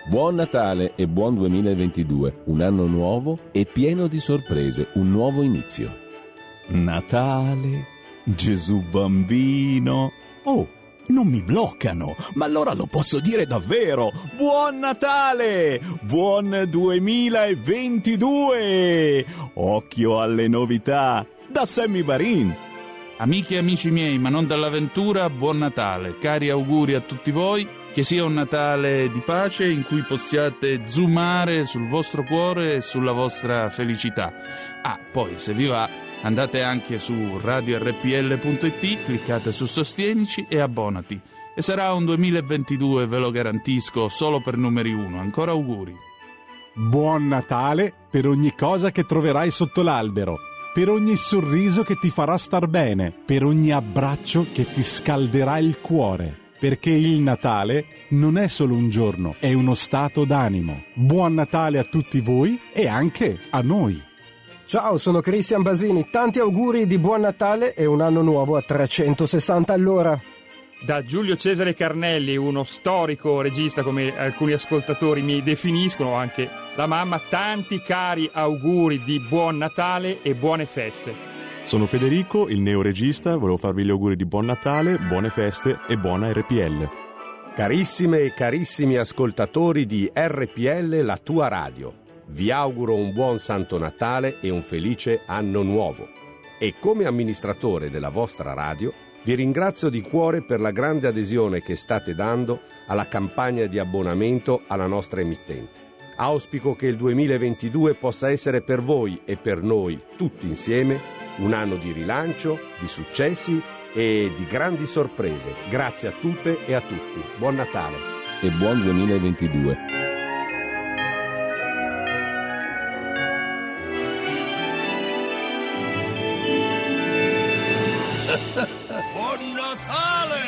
Buon Natale e buon 2022, un anno nuovo e pieno di sorprese, un nuovo inizio. Natale, Gesù bambino. Oh, non mi bloccano, ma allora lo posso dire davvero. Buon Natale, buon 2022. Occhio alle novità, da Sammy Varin. Amiche e amici miei, ma non dall'avventura, buon Natale. Cari auguri a tutti voi, che sia un Natale di pace in cui possiate zoomare sul vostro cuore e sulla vostra felicità. Poi se vi va, andate anche su radiorpl.it, cliccate su Sostienici e abbonati. E sarà un 2022, ve lo garantisco, solo per numeri 1. Ancora auguri. Buon Natale per ogni cosa che troverai sotto l'albero, per ogni sorriso che ti farà star bene, per ogni abbraccio che ti scalderà il cuore. Perché il Natale non è solo un giorno, è uno stato d'animo. Buon Natale a tutti voi e anche a noi. Ciao, sono Cristian Basini, tanti auguri di buon Natale e un anno nuovo a 360 all'ora. Da Giulio Cesare Carnelli, uno storico regista come alcuni ascoltatori mi definiscono, anche la mamma, tanti cari auguri di buon Natale e buone feste. Sono Federico, il neoregista, volevo farvi gli auguri di buon Natale, buone feste e buona RPL. Carissime e carissimi ascoltatori di RPL, la tua radio, vi auguro un buon Santo Natale e un felice anno nuovo. E come amministratore della vostra radio, vi ringrazio di cuore per la grande adesione che state dando alla campagna di abbonamento alla nostra emittente. Auspico che il 2022 possa essere per voi e per noi, tutti insieme, un anno di rilancio, di successi e di grandi sorprese. Grazie a tutte e a tutti. Buon Natale. E buon 2022. Buon Natale!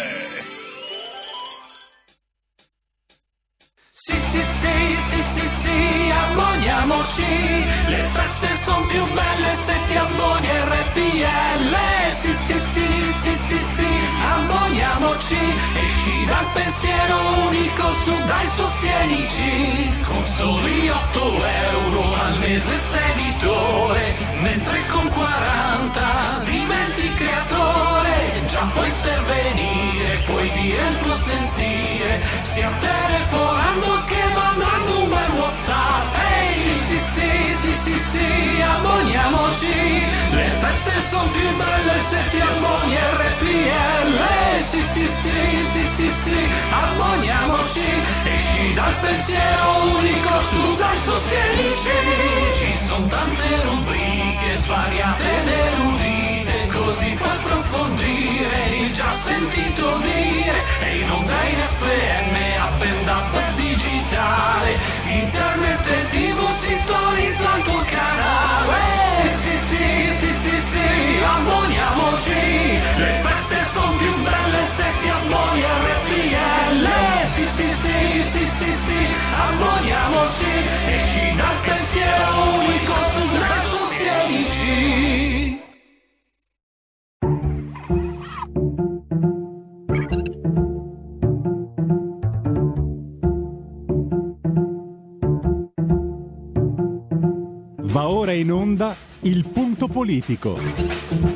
Sì, sì, sì, sì, sì, sì, abboniamoci. Le feste son più belle se ti abboni RPL. Sì, sì, sì, sì, sì, sì, abboniamoci. Esci dal pensiero unico, su dai sostienici. Con soli 8 euro al mese sei editore, mentre con 40 diventi creatore. Già puoi intervenire, puoi dire il tuo sentire, sia telefonando che mandando un bel WhatsApp. Hey! Sì, sì, sì, sì, sì, sì, abboniamoci. Le feste son più belle se ti abboni RPL. Sì, sì, sì, sì, sì, sì, abboniamoci. Esci dal pensiero unico, su dai sostienici. Ci son tante rubriche svariate ed erudite, così puoi approfondire il già sentito dire. E in onda in FM, up and up digitale, internet e TV, sintonizza il tuo canale. Sì, sì, sì, sì, sì, sì, abboniamoci. Le feste son più belle se ti abboni RPL. Sì, sì, sì, sì, sì, sì, abboniamoci. Esci dal pensiero unico, su dai sostienici. Va ora in onda il punto politico.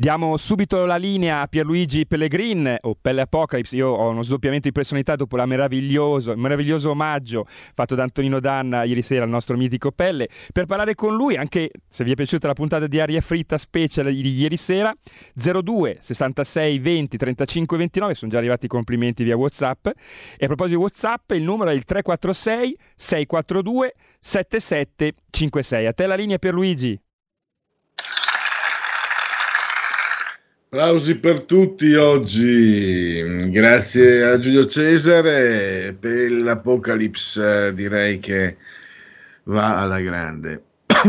Diamo subito la linea a Pierluigi Pellegrin o Pelle Apocalypse. Io ho uno sdoppiamento di personalità dopo il meraviglioso omaggio fatto da Antonino Danna ieri sera al nostro mitico Pelle, per parlare con lui, anche se vi è piaciuta la puntata di Aria Fritta special di ieri sera. 02 66 20 35 29, sono già arrivati i complimenti via WhatsApp, e a proposito di WhatsApp il numero è il 346 642 7756. A te la linea, Pierluigi. Applausi per tutti oggi, grazie a Giulio Cesare. Per l'Apocalypse direi che va alla grande.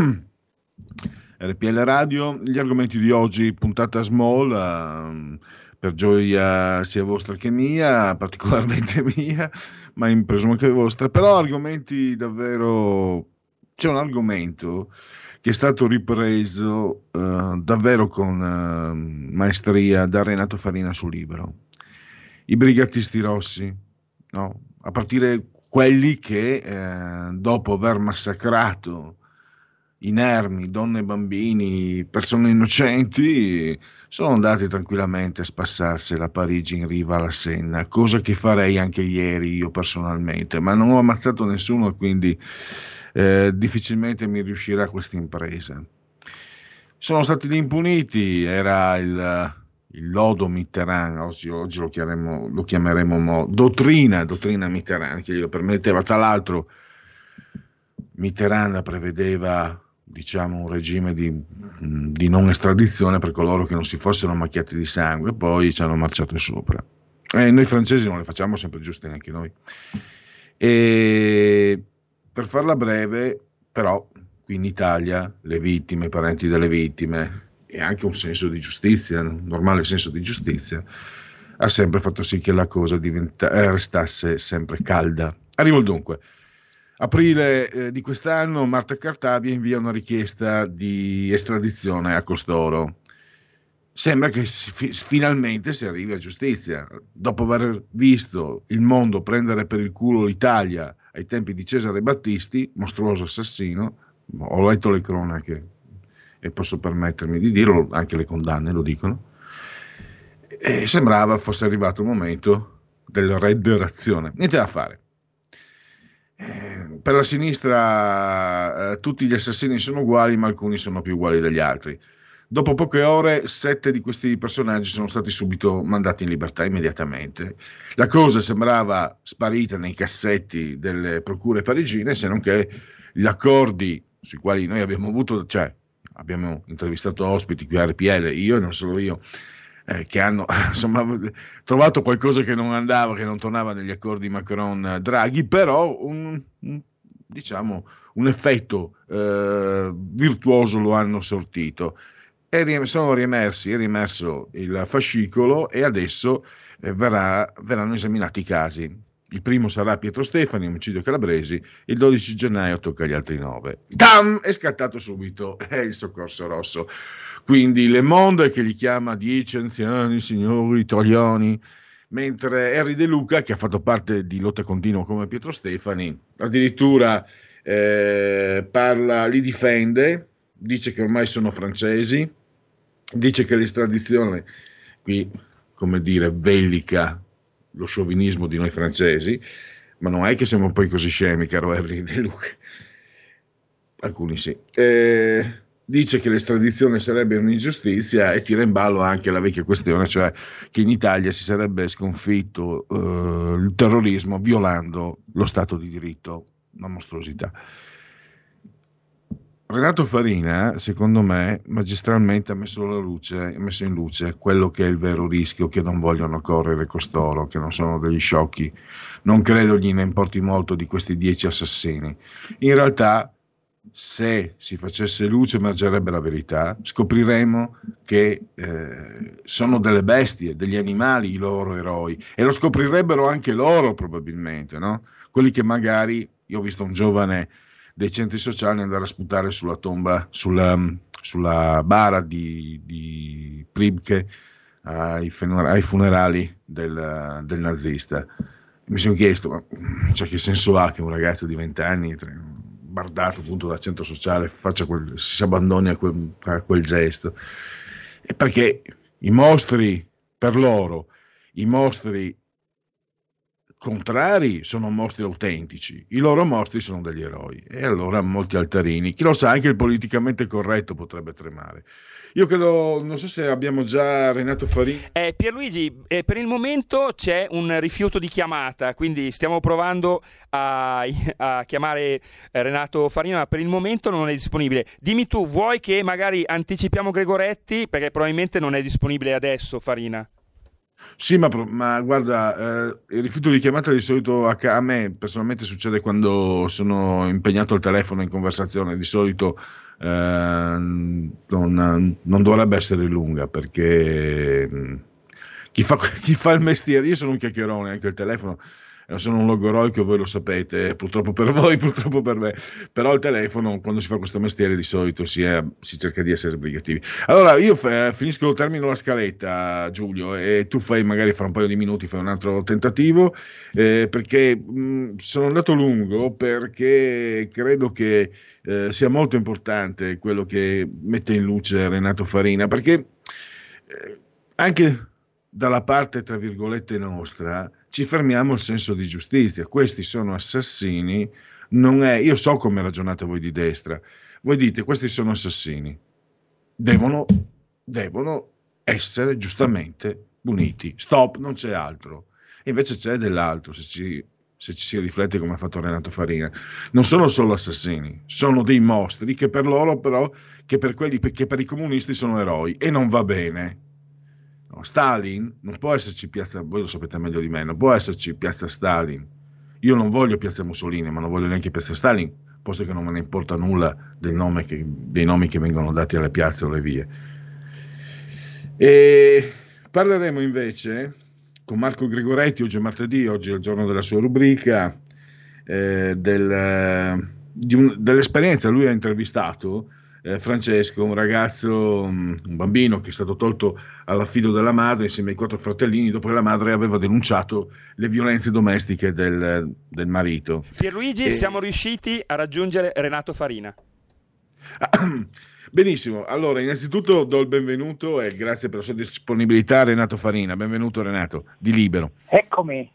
RPL Radio, gli argomenti di oggi, puntata small, per gioia sia vostra che mia, particolarmente mia, ma presumo che vostra, però argomenti davvero... C'è un argomento che è stato ripreso davvero con maestria da Renato Farina su Libero. I brigatisti rossi, no? A partire quelli che dopo aver massacrato inermi, donne e bambini, persone innocenti, sono andati tranquillamente a spassarsi la Parigi in riva alla Senna, cosa che farei anche ieri io personalmente, ma non ho ammazzato nessuno, quindi difficilmente mi riuscirà questa impresa. Sono stati lì impuniti, era il lodo Mitterrand, oggi lo chiameremo dottrina Mitterrand, che glielo permetteva. Tra l'altro Mitterrand prevedeva, diciamo, un regime di non estradizione per coloro che non si fossero macchiati di sangue, poi ci hanno marciato sopra. Noi francesi non le facciamo sempre giuste neanche noi. E per farla breve, però, qui in Italia le vittime, i parenti delle vittime e anche un senso di giustizia, un normale senso di giustizia, ha sempre fatto sì che la cosa restasse sempre calda. Arrivo al dunque. Aprile di quest'anno Marta Cartabia invia una richiesta di estradizione a costoro. Sembra che finalmente si arrivi a giustizia. Dopo aver visto il mondo prendere per il culo l'Italia ai tempi di Cesare Battisti, mostruoso assassino, ho letto le cronache e posso permettermi di dirlo, anche le condanne lo dicono, e sembrava fosse arrivato il momento della reiterazione. Niente da fare. Per la sinistra tutti gli assassini sono uguali, ma alcuni sono più uguali degli altri. Dopo poche ore 7 di questi personaggi sono stati subito mandati in libertà immediatamente. La cosa sembrava sparita nei cassetti delle procure parigine, se non che gli accordi sui quali noi abbiamo avuto, cioè abbiamo intervistato ospiti qui a RPL, io e non solo io, che hanno insomma trovato qualcosa che non andava, che non tornava negli accordi Macron-Draghi, però un effetto virtuoso lo hanno sortito. È riemerso il fascicolo e adesso verranno esaminati i casi. Il primo sarà Pietro Stefani, omicidio Calabresi, il 12 gennaio tocca agli altri 9. Tam! È scattato subito il soccorso rosso. Quindi Le Monde che li chiama 10 anziani signori italiani, mentre Henry De Luca, che ha fatto parte di Lotta Continua come Pietro Stefani, addirittura li difende, dice che ormai sono francesi, dice che l'estradizione, qui come dire vellica lo sciovinismo di noi francesi, ma non è che siamo poi così scemi, caro Henry De Luca, alcuni sì, dice che l'estradizione sarebbe un'ingiustizia e tira in ballo anche la vecchia questione, cioè che in Italia si sarebbe sconfitto il terrorismo violando lo Stato di diritto, una mostruosità. Renato Farina, secondo me, magistralmente ha messo in luce quello che è il vero rischio che non vogliono correre costoro, che non sono degli sciocchi. Non credo gliene importi molto di questi 10 assassini. In realtà, se si facesse luce, emergerebbe la verità. Scopriremo che sono delle bestie, degli animali i loro eroi, e lo scoprirebbero anche loro probabilmente, no? Quelli che magari, io ho visto un giovane dei centri sociali andare a sputare sulla tomba, sulla bara di Pribke ai funerali del nazista. Mi sono chiesto, ma cioè, che senso ha che un ragazzo di 20 anni, bardato appunto dal centro sociale, si abbandoni a quel gesto? Perché i mostri, per loro, i mostri contrari sono mostri autentici, i loro mostri sono degli eroi, e allora molti altarini, chi lo sa, anche il politicamente corretto potrebbe tremare. Io credo, non so se abbiamo già Renato Farini. Pierluigi, per il momento c'è un rifiuto di chiamata, quindi stiamo provando a chiamare Renato Farina, ma per il momento non è disponibile. Dimmi tu, vuoi che magari anticipiamo Gregoretti, perché probabilmente non è disponibile adesso Farina? Sì, ma guarda, il rifiuto di chiamata di solito a me personalmente succede quando sono impegnato al telefono in conversazione, di solito non dovrebbe essere lunga, perché chi fa il mestiere, io sono un chiacchierone anche al telefono, sono un logoroico, voi lo sapete, purtroppo per voi, purtroppo per me, però al telefono quando si fa questo mestiere di solito si cerca di essere sbrigativi. Allora io termino la scaletta, Giulio, e tu magari fra un paio di minuti fai un altro tentativo, perché sono andato lungo, perché credo che sia molto importante quello che mette in luce Renato Farina, perché anche dalla parte, tra virgolette, nostra, ci fermiamo al senso di giustizia. Questi sono assassini, io so come ragionate voi di destra, voi dite questi sono assassini, devono essere giustamente puniti, stop, non c'è altro. E invece c'è dell'altro, se ci si riflette come ha fatto Renato Farina. Non sono solo assassini, sono dei mostri che per loro però, che per i comunisti sono eroi, e non va bene. No, Stalin non può esserci piazza, voi lo sapete meglio di me, non può esserci piazza Stalin. Io non voglio piazza Mussolini, ma non voglio neanche piazza Stalin, posto che non me ne importa nulla dei nomi che vengono dati alle piazze o alle vie. E parleremo invece con Marco Gregoretti, oggi è martedì, oggi è il giorno della sua rubrica, dell'esperienza. Lui ha intervistato Francesco, un ragazzo, un bambino che è stato tolto all'affido della madre insieme ai 4 fratellini dopo che la madre aveva denunciato le violenze domestiche del marito. Pierluigi, siamo riusciti a raggiungere Renato Farina. Benissimo, allora innanzitutto do il benvenuto e grazie per la sua disponibilità a Renato Farina. Benvenuto Renato, di Libero. Eccomi.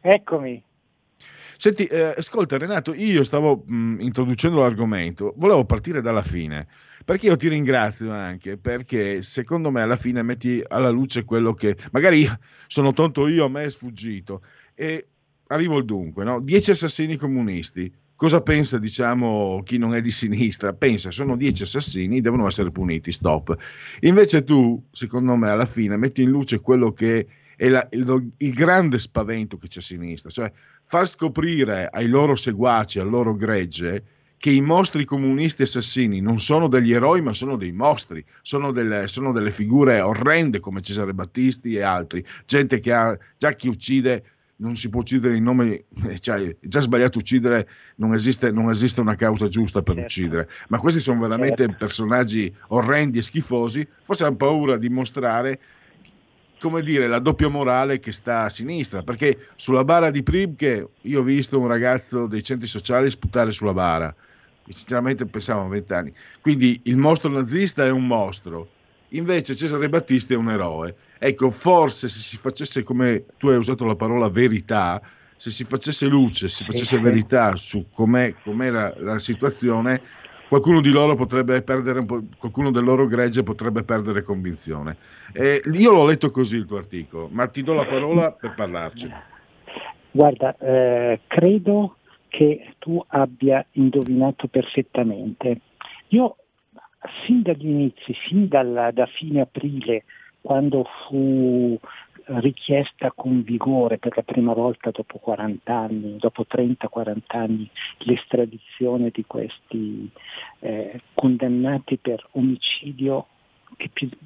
Senti, ascolta Renato, io stavo introducendo l'argomento, volevo partire dalla fine, perché io ti ringrazio anche, perché secondo me alla fine metti alla luce quello che magari sono tonto io, a me è sfuggito, e arrivo al dunque, no? 10 assassini comunisti, cosa pensa, diciamo, chi non è di sinistra? Pensa, sono 10 assassini, devono essere puniti, stop. Invece tu, secondo me, alla fine metti in luce quello che è il grande spavento che c'è a sinistra, cioè far scoprire ai loro seguaci, al loro gregge, che i mostri comunisti assassini non sono degli eroi, ma sono dei mostri, sono delle figure orrende come Cesare Battisti e altri, gente che ha già chi uccide. Non si può uccidere in nome, cioè è già sbagliato uccidere, non esiste una causa giusta per uccidere, ma questi sono veramente personaggi orrendi e schifosi. Forse hanno paura di mostrare, come dire, la doppia morale che sta a sinistra, perché sulla bara di Pribke io ho visto un ragazzo dei centri sociali sputare sulla bara, e sinceramente pensavo a 20 anni, quindi il mostro nazista è un mostro, invece Cesare Battisti è un eroe. Ecco, forse se si facesse, come tu hai usato la parola verità, se si facesse luce, se si facesse verità su com'era la situazione, qualcuno di loro potrebbe perdere un po', qualcuno del loro gregge potrebbe perdere convinzione. Io l'ho letto così il tuo articolo, ma ti do la parola per parlarci. Guarda, credo che tu abbia indovinato perfettamente. Io sin dagli inizi, da fine aprile, quando fu richiesta con vigore per la prima volta dopo 40 anni, dopo 30-40 anni, l'estradizione di questi condannati per omicidio che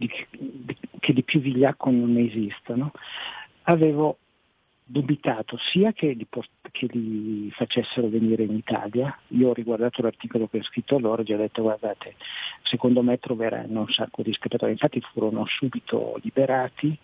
di più vigliacco non esistono, avevo dubitato sia che li facessero venire in Italia. Io ho riguardato l'articolo che ho scritto loro e gli ho detto: guardate, secondo me troveranno un sacco di spettatori. Infatti furono subito liberati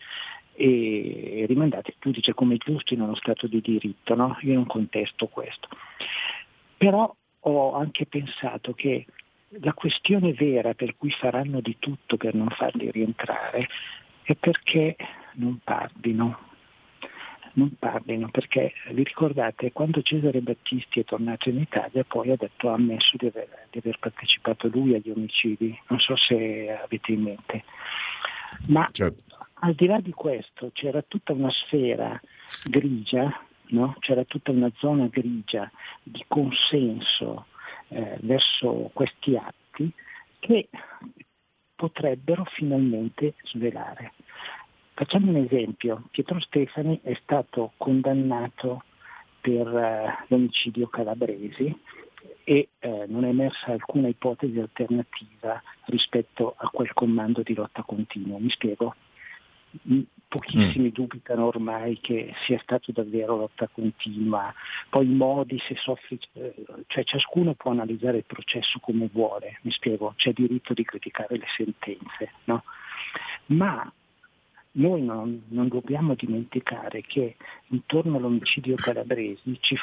e rimandati il giudice come giusto in uno stato di diritto, no? Io non contesto questo, però ho anche pensato che la questione vera per cui faranno di tutto per non farli rientrare è perché non parlino. Non parlino, perché vi ricordate quando Cesare Battisti è tornato in Italia poi ha ammesso di aver partecipato lui agli omicidi, non so se avete in mente, ma certo. Al di là di questo c'era tutta una sfera grigia, no? C'era tutta una zona grigia di consenso verso questi atti che potrebbero finalmente svelare. Facciamo un esempio: Pietro Stefani è stato condannato per l'omicidio Calabresi e non è emersa alcuna ipotesi alternativa rispetto a quel comando di lotta continua. Mi spiego? Pochissimi dubitano ormai che sia stato davvero lotta continua, poi i modi, se cioè ciascuno può analizzare il processo come vuole, mi spiego, c'è diritto di criticare le sentenze, no? Ma noi non dobbiamo dimenticare che intorno all'omicidio Calabresi ci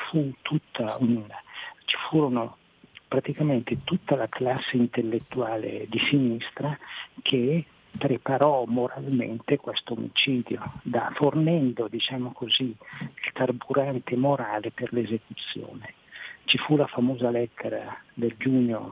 furono praticamente tutta la classe intellettuale di sinistra che preparò moralmente questo omicidio, fornendo, diciamo così, il carburante morale per l'esecuzione. Ci fu la famosa lettera del giugno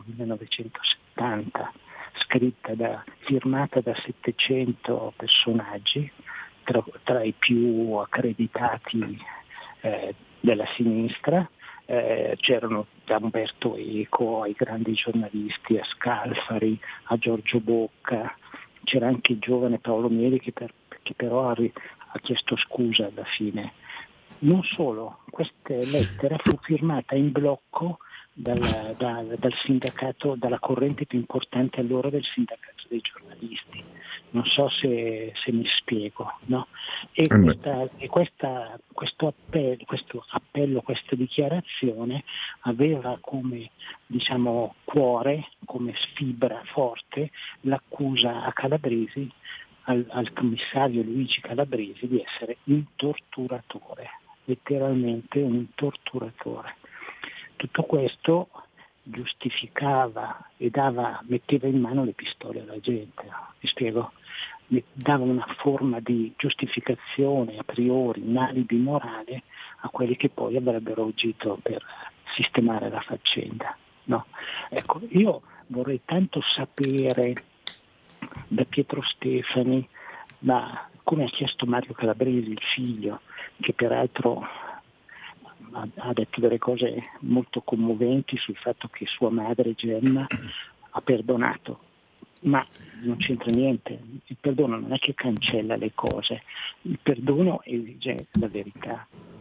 1970 firmata da 700 personaggi, tra i più accreditati della sinistra. C'erano da Umberto Eco ai grandi giornalisti, a Scalfari, a Giorgio Bocca, c'era anche il giovane Paolo Mieli che però ha chiesto scusa alla fine. Non solo, questa lettera fu firmata in blocco dal sindacato, dalla corrente più importante allora del sindacato dei giornalisti. Non so se mi spiego, no? E questo appello, questa dichiarazione aveva come, diciamo, cuore, come fibra forte, l'accusa a Calabresi, al commissario Luigi Calabresi, di essere un torturatore, letteralmente un torturatore. Tutto questo giustificava e metteva in mano le pistole alla gente, mi spiego? Dava una forma di giustificazione a priori, un alibi morale a quelli che poi avrebbero agito per sistemare la faccenda, no? Ecco, io vorrei tanto sapere da Pietro Stefani, ma come ha chiesto Mario Calabresi, il figlio, che peraltro ha detto delle cose molto commoventi sul fatto che sua madre Gemma ha perdonato, ma non c'entra niente. Il perdono non è che cancella le cose, il perdono esige la verità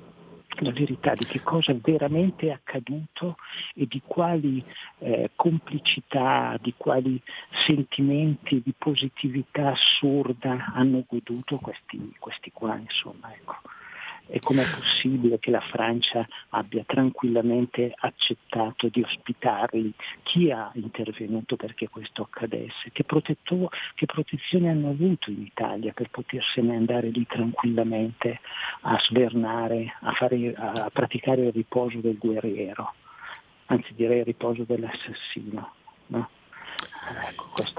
di che cosa veramente è accaduto e di quali complicità, di quali sentimenti di positività assurda hanno goduto questi qua, insomma, ecco. E com'è possibile che la Francia abbia tranquillamente accettato di ospitarli? Chi ha intervenuto perché questo accadesse? Che protezione hanno avuto in Italia per potersene andare lì tranquillamente a svernare, a praticare il riposo del guerriero, anzi direi il riposo dell'assassino, no? Ecco, questa.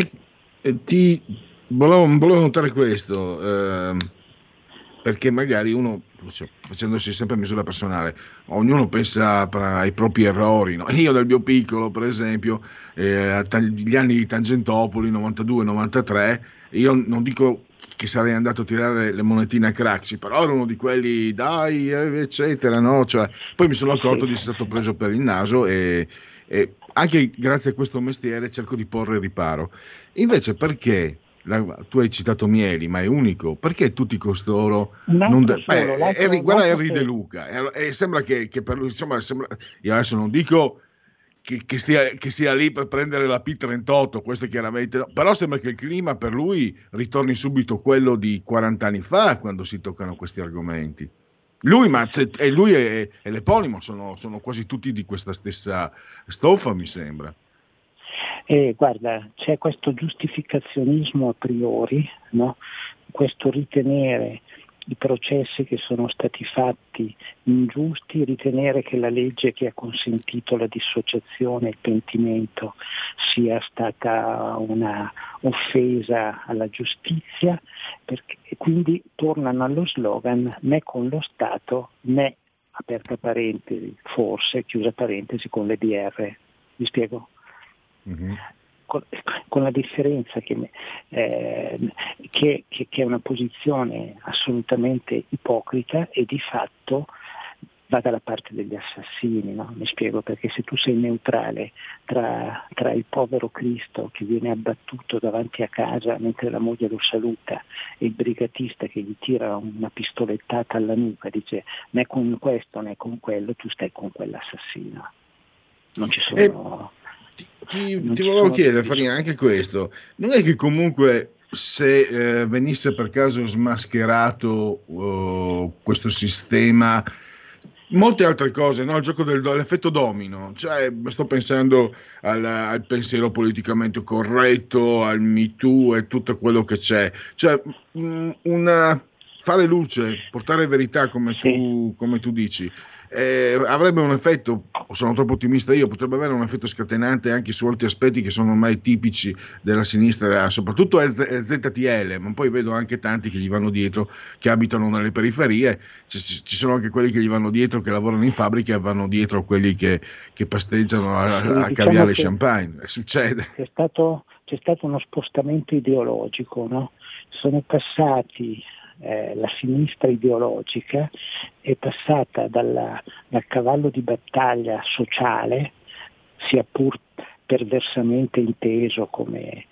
Volevo notare questo. Perché magari uno, facendosi sempre misura personale, ognuno pensa ai propri errori, no? Io nel mio piccolo, per esempio, gli anni di Tangentopoli, 92-93, io non dico che sarei andato a tirare le monetine a Craxi, però ero uno di quelli, dai, eccetera, no? Cioè, poi mi sono accorto di essere stato preso per il naso e anche grazie a questo mestiere cerco di porre riparo. Invece perché... tu hai citato Mieli, ma è unico, perché tutti costoro guarda Henry De Luca e sembra che per lui, insomma, io adesso non dico che sia lì per prendere la P38, questo chiaramente no, però sembra che il clima per lui ritorni subito quello di 40 anni fa quando si toccano questi argomenti. Lui e l'eponimo sono quasi tutti di questa stessa stoffa, mi sembra. Guarda, c'è questo giustificazionismo a priori, no? Questo ritenere i processi che sono stati fatti ingiusti, ritenere che la legge che ha consentito la dissociazione e il pentimento sia stata una offesa alla giustizia, e quindi tornano allo slogan né con lo Stato né, aperta parentesi, forse, chiusa parentesi, con le DR. Mi spiego? Mm-hmm. Con la differenza che è una posizione assolutamente ipocrita e di fatto va dalla parte degli assassini, no? Mi spiego, perché se tu sei neutrale tra il povero Cristo che viene abbattuto davanti a casa mentre la moglie lo saluta e il brigatista che gli tira una pistolettata alla nuca, dice né con questo né con quello, tu stai con quell'assassino. Non ci sono... Ti volevo chiedere, Farina, anche questo. Non è che comunque se venisse per caso smascherato questo sistema, molte altre cose, no? Il gioco dell'effetto domino, cioè sto pensando al pensiero politicamente corretto, al Me Too e tutto quello che c'è, cioè fare luce, portare verità come tu dici. Avrebbe un effetto, o sono troppo ottimista io, potrebbe avere un effetto scatenante anche su altri aspetti che sono ormai tipici della sinistra, soprattutto ZTL, ma poi vedo anche tanti che gli vanno dietro, che abitano nelle periferie, ci sono anche quelli che gli vanno dietro, che lavorano in fabbriche, e vanno dietro quelli che pasteggiano a caviare champagne. Succede. C'è stato uno spostamento ideologico, no? Sono passati... la sinistra ideologica è passata dal cavallo di battaglia sociale, sia pur perversamente inteso come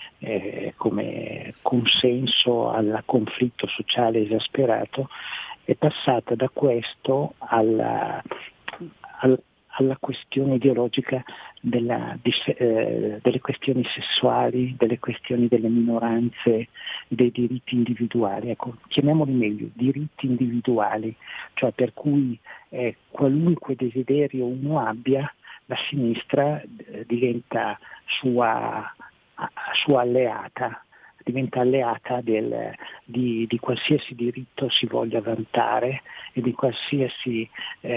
consenso al conflitto sociale esasperato, è passata da questo alla questione ideologica delle questioni sessuali, delle questioni delle minoranze, dei diritti individuali. Ecco, chiamiamoli meglio, diritti individuali, cioè per cui qualunque desiderio uno abbia, la sinistra diventa sua alleata, diventa alleata di qualsiasi diritto si voglia vantare e di qualsiasi...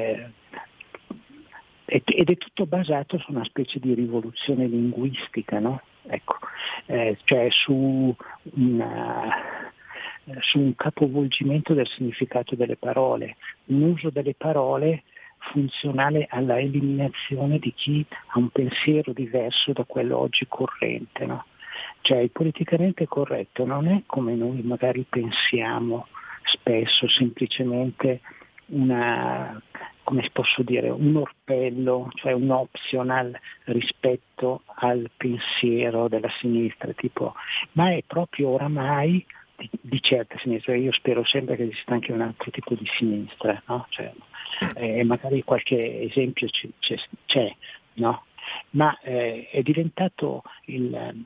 ed è tutto basato su una specie di rivoluzione linguistica, no? Ecco, cioè su un capovolgimento del significato delle parole, un uso delle parole funzionale alla eliminazione di chi ha un pensiero diverso da quello oggi corrente, no? Cioè il politicamente corretto non è, come noi magari pensiamo spesso, semplicemente come posso dire, un orpello, cioè un optional rispetto al pensiero della sinistra, tipo, ma è proprio oramai di certa sinistra. Io spero sempre che esista anche un altro tipo di sinistra, no? Cioè, magari qualche esempio c'è, no? Ma è diventato il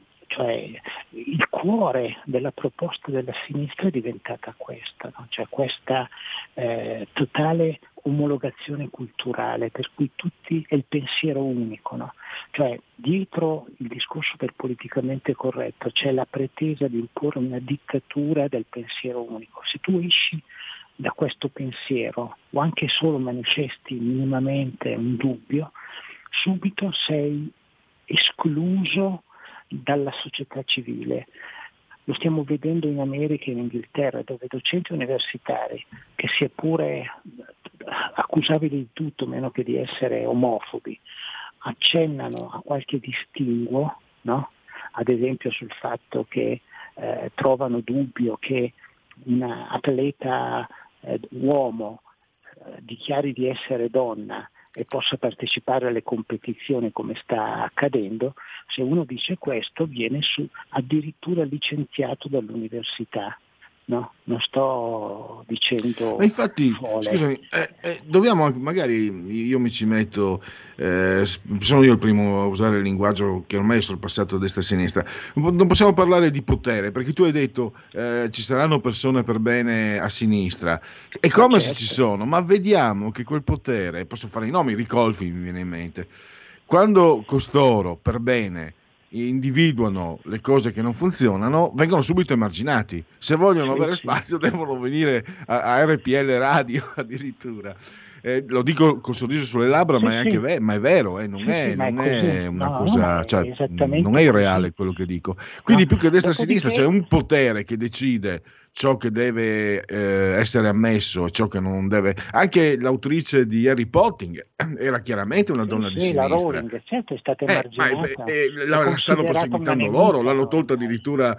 cuore della proposta della sinistra è diventata questa, no? Cioè questa totale omologazione culturale, per cui tutti è il pensiero unico, no? Cioè dietro il discorso del politicamente corretto c'è la pretesa di imporre una dittatura del pensiero unico. Se tu esci da questo pensiero o anche solo manifesti minimamente un dubbio, subito sei escluso dalla società civile. Lo stiamo vedendo in America e in Inghilterra, dove docenti universitari, che sia pure accusabili di tutto meno che di essere omofobi, accennano a qualche distinguo, no? Ad esempio sul fatto che trovano dubbio che un atleta uomo dichiari di essere donna e possa partecipare alle competizioni come sta accadendo. Se uno dice questo viene addirittura licenziato dall'università. No, non sto dicendo. Ma infatti, fole. Scusami, dobbiamo magari io mi ci metto, sono io il primo a usare il linguaggio che ormai è sorpassato a destra e a sinistra. Non possiamo parlare di potere, perché tu hai detto ci saranno persone per bene a sinistra. È come se ci sono, ma vediamo che quel potere, posso fare i nomi, Ricolfi mi viene in mente, quando costoro per bene individuano le cose che non funzionano vengono subito emarginati. Se vogliono avere spazio devono venire a RPL Radio addirittura. Lo dico col sorriso sulle labbra, ma è anche ma è vero, non è una cosa, non è irreale quello che dico. Quindi più che destra e sinistra c'è un potere che decide ciò che deve essere ammesso e ciò che non deve. Anche l'autrice di Harry Potter era chiaramente una donna di sinistra. La Rowling, certo, è stata emarginata. La stanno perseguitando loro, l'hanno tolta addirittura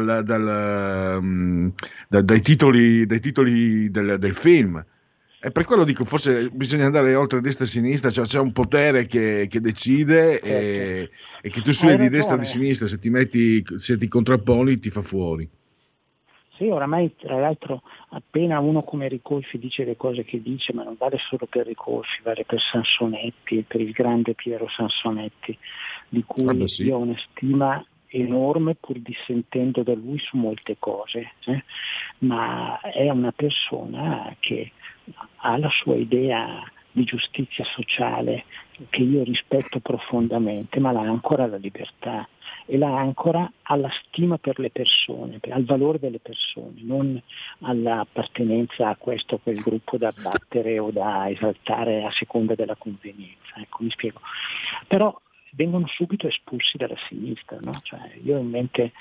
dai titoli del film. E per quello dico, forse bisogna andare oltre destra e sinistra, cioè c'è un potere che decide e che tu sui di destra e di sinistra, se ti contrapponi ti fa fuori. Sì, oramai tra l'altro appena uno come Ricolfi dice le cose che dice, ma non vale solo per Ricolfi, vale per Sansonetti, per il grande Piero Sansonetti, di cui io ho una stima enorme pur dissentendo da lui su molte cose, ma è una persona che ha la sua idea di giustizia sociale che io rispetto profondamente, ma l'ha ancora la libertà e l'ha ancora alla stima per le persone, al valore delle persone, non all'appartenenza a questo o quel gruppo da abbattere o da esaltare a seconda della convenienza. Ecco, mi spiego. Però vengono subito espulsi dalla sinistra, no? Cioè, io ho in mente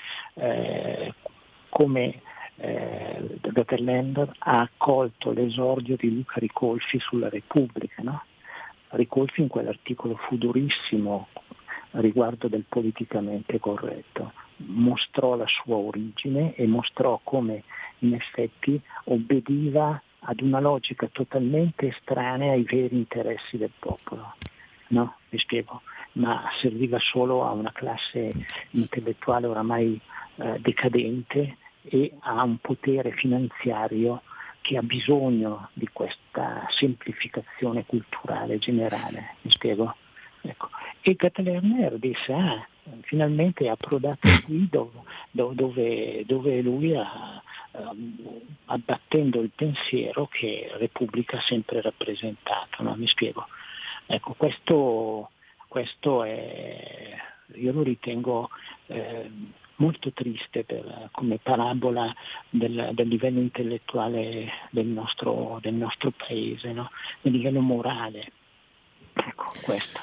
come Dr. Landor ha accolto l'esordio di Luca Ricolfi sulla Repubblica, no? Ricolfi in quell'articolo fu durissimo riguardo del politicamente corretto, mostrò la sua origine e mostrò come in effetti obbediva ad una logica totalmente estranea ai veri interessi del popolo, no? Mi spiego, ma serviva solo a una classe intellettuale oramai decadente e a un potere finanziario che ha bisogno di questa semplificazione culturale generale, mi spiego? Ecco. E Lerner disse, finalmente è approdato qui dove lui abbattendo il pensiero che Repubblica ha sempre rappresentato, no? Mi spiego? Ecco, questo è, io lo ritengo molto triste come parabola del livello intellettuale del nostro paese, no? Del livello morale. Ecco, questo.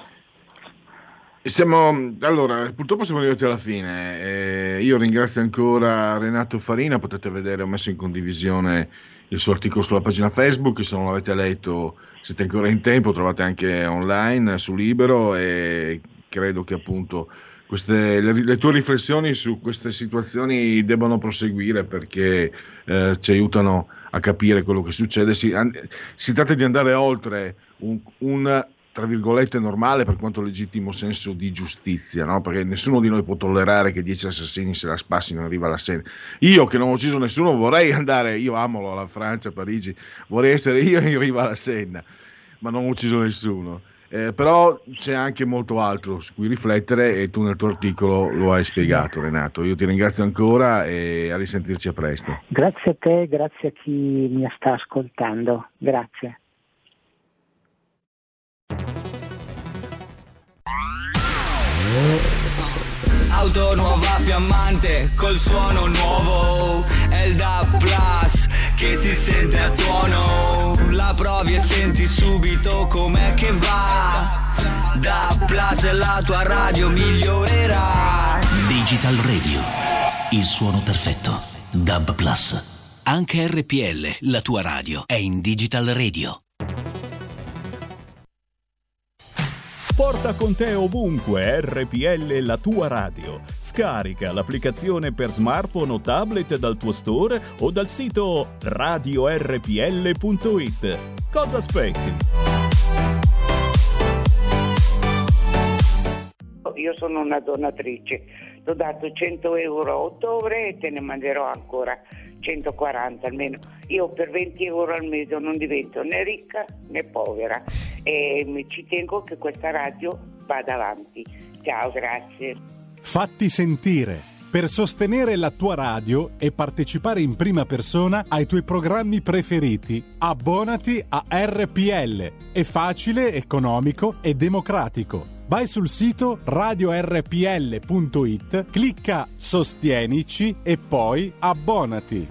Allora, purtroppo siamo arrivati alla fine. Io ringrazio ancora Renato Farina, potete vedere, ho messo in condivisione il suo articolo sulla pagina Facebook, se non l'avete letto siete ancora in tempo, trovate anche online su Libero, e credo che appunto le tue riflessioni su queste situazioni debbano proseguire, perché ci aiutano a capire quello che succede. Si tratta di andare oltre un tra virgolette normale, per quanto legittimo, senso di giustizia, no? Perché nessuno di noi può tollerare che 10 assassini se la spassino in riva alla Sena. Io che non ho ucciso nessuno vorrei andare, io amo la Francia, Parigi, vorrei essere io in riva alla Senna, ma non ho ucciso nessuno. Però c'è anche molto altro su cui riflettere e tu nel tuo articolo lo hai spiegato, Renato. Io ti ringrazio ancora e a risentirci a presto. Grazie a te, grazie a chi mi sta ascoltando, grazie. Auto nuova fiammante col suono nuovo, è il DAB Plus che si sente a tuono, la provi e senti subito com'è che va. DAB Plus e la tua radio migliorerà. Digital Radio, il suono perfetto. DAB Plus, anche RPL, la tua radio, è in Digital Radio. Porta con te ovunque RPL, la tua radio. Scarica l'applicazione per smartphone o tablet dal tuo store o dal sito radiorpl.it. Cosa aspetti? Io sono una donatrice, ti ho dato 100 euro a ottobre e te ne manderò ancora 140 almeno. Io per 20 euro al mese non divento né ricca né povera e ci tengo che questa radio vada avanti. Ciao, grazie. Fatti sentire. Per sostenere la tua radio e partecipare in prima persona ai tuoi programmi preferiti, abbonati a RPL. È facile, economico e democratico. Vai sul sito radiorpl.it, clicca Sostienici e poi abbonati.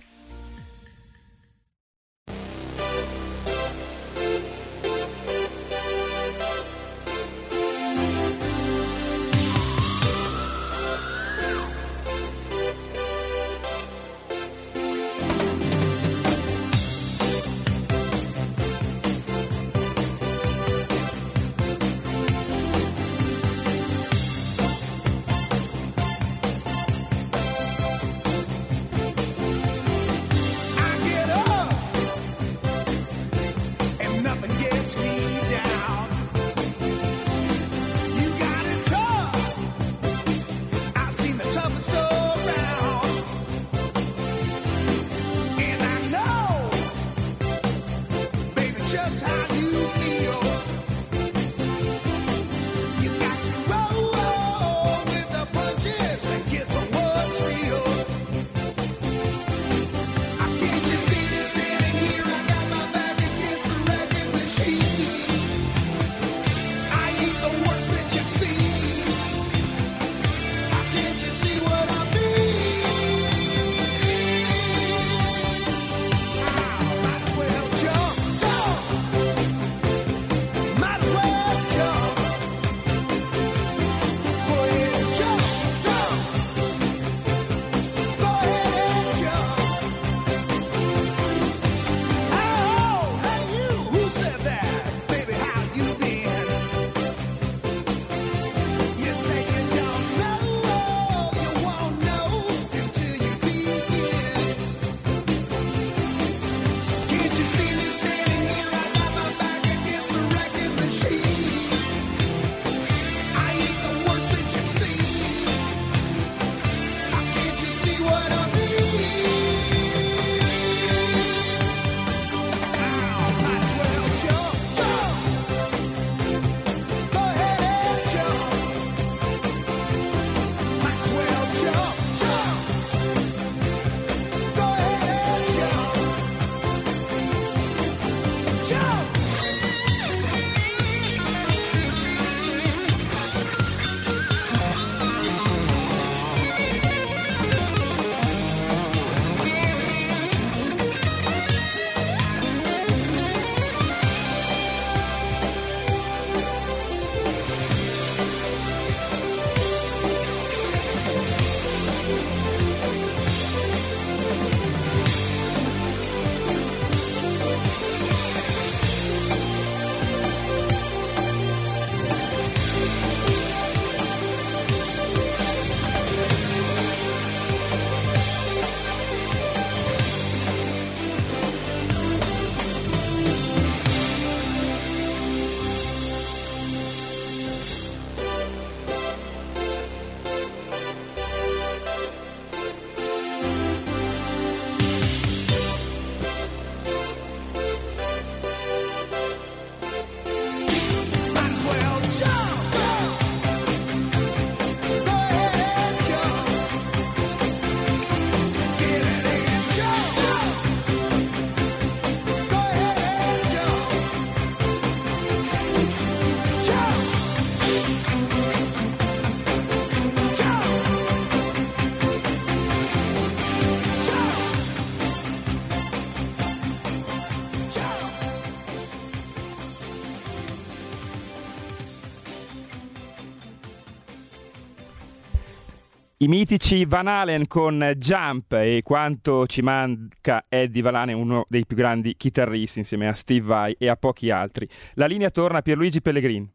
I mitici Van Halen con Jump, e quanto ci manca Eddie Van Halen, uno dei più grandi chitarristi insieme a Steve Vai e a pochi altri. La linea torna a Pierluigi Pellegrini.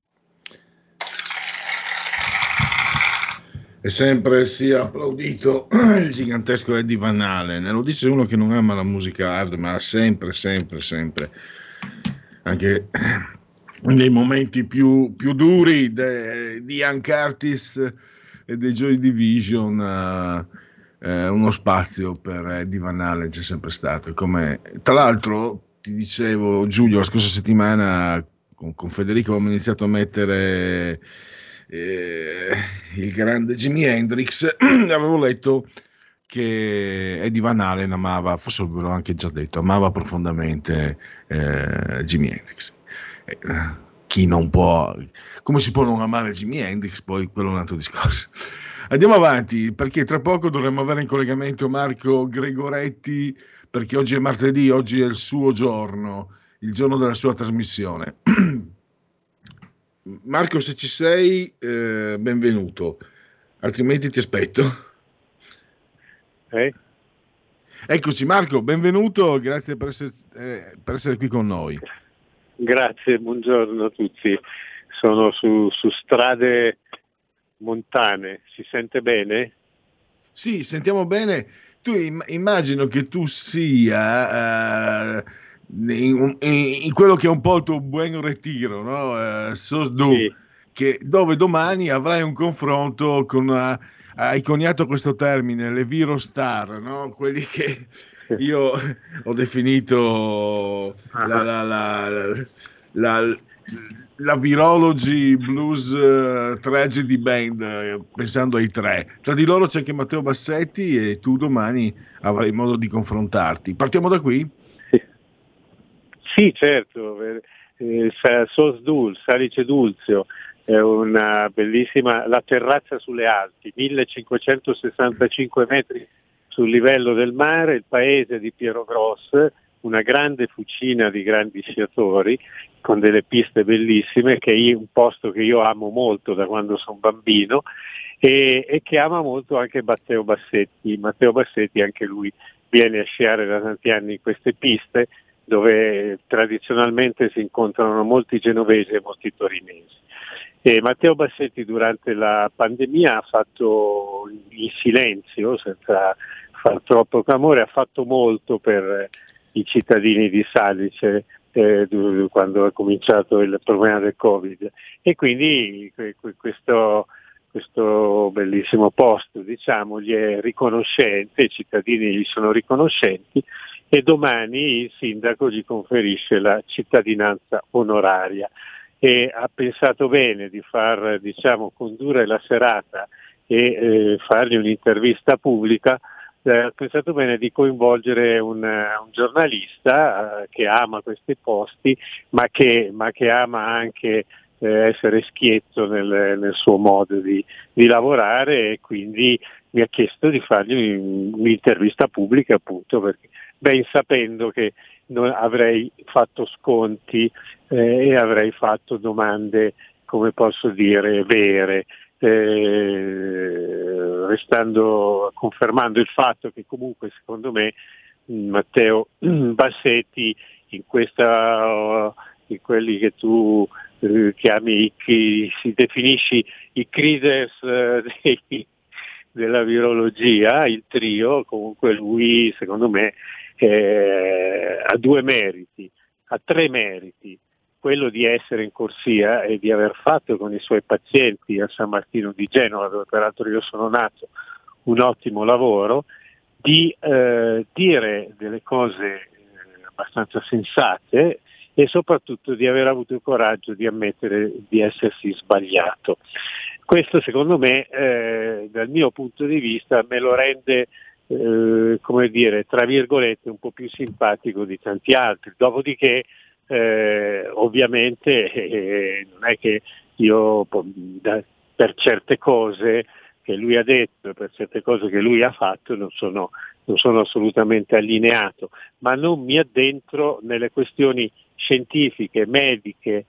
È sempre sia applaudito il gigantesco Eddie Van Halen, e lo dice uno che non ama la musica hard, ma sempre, anche nei momenti più duri di Ian Curtis e dei Joy Division, uno spazio per Eddie Van Halen c'è sempre stato. Come tra l'altro ti dicevo, Giulio, la scorsa settimana con Federico abbiamo iniziato a mettere il grande Jimi Hendrix. Avevo letto che Eddie Van Halen amava, forse ve l'ho anche già detto, amava profondamente Jimi Hendrix. chi non può, come si può non amare Jimi Hendrix, poi quello è un altro discorso. Andiamo avanti, perché tra poco dovremmo avere in collegamento Marco Gregoretti, perché oggi è martedì, oggi è il suo giorno, il giorno della sua trasmissione. Marco, se ci sei, benvenuto, altrimenti ti aspetto. Eccoci Marco, benvenuto, grazie per essere qui con noi. Grazie, buongiorno a tutti. Sono su strade montane, si sente bene? Sì, sentiamo bene. Tu immagino che tu sia in quello che è un po' il tuo Buen Retiro, no? Sosdu, sì. Dove domani avrai un confronto con hai coniato questo termine, le Virostar, no? Quelli che io ho definito la Virology Blues Tragedy Band, pensando ai tre. Tra di loro c'è anche Matteo Bassetti e tu domani avrai modo di confrontarti. Partiamo da qui? Sì, certo. Sosdul, Salice Dulzio, è una bellissima, la terrazza sulle Alpi, 1565 metri sul livello del mare, il paese di Piero Gros, una grande fucina di grandi sciatori con delle piste bellissime, che è un posto che io amo molto da quando sono bambino e che ama molto anche Matteo Bassetti. Matteo Bassetti anche lui viene a sciare da tanti anni in queste piste dove tradizionalmente si incontrano molti genovesi e molti torinesi. E Matteo Bassetti durante la pandemia ha fatto in silenzio, senza far troppo clamore, ha fatto molto per i cittadini di Salice quando è cominciato il problema del Covid, e quindi questo bellissimo posto, diciamo, gli è riconoscente, i cittadini gli sono riconoscenti, e domani il sindaco gli conferisce la cittadinanza onoraria. E ha pensato bene di far, diciamo, condurre la serata e fargli un'intervista pubblica. Ha pensato bene di coinvolgere un giornalista che ama questi posti, ma che ama anche essere schietto nel suo modo di lavorare, e quindi mi ha chiesto di fargli un'intervista pubblica, appunto perché ben sapendo che non avrei fatto sconti e avrei fatto domande, come posso dire, vere, confermando il fatto che comunque secondo me Matteo Bassetti in quelli che tu chiami, si definisci i Creeders della virologia, il trio, comunque lui secondo me ha tre meriti: quello di essere in corsia e di aver fatto con i suoi pazienti a San Martino di Genova, dove peraltro io sono nato, un ottimo lavoro, di dire delle cose abbastanza sensate e soprattutto di aver avuto il coraggio di ammettere di essersi sbagliato. Questo secondo me, dal mio punto di vista, me lo rende come dire, tra virgolette, un po' più simpatico di tanti altri. Dopodiché ovviamente non è che io per certe cose che lui ha detto, per certe cose che lui ha fatto, non sono assolutamente allineato, ma non mi addentro nelle questioni scientifiche, mediche,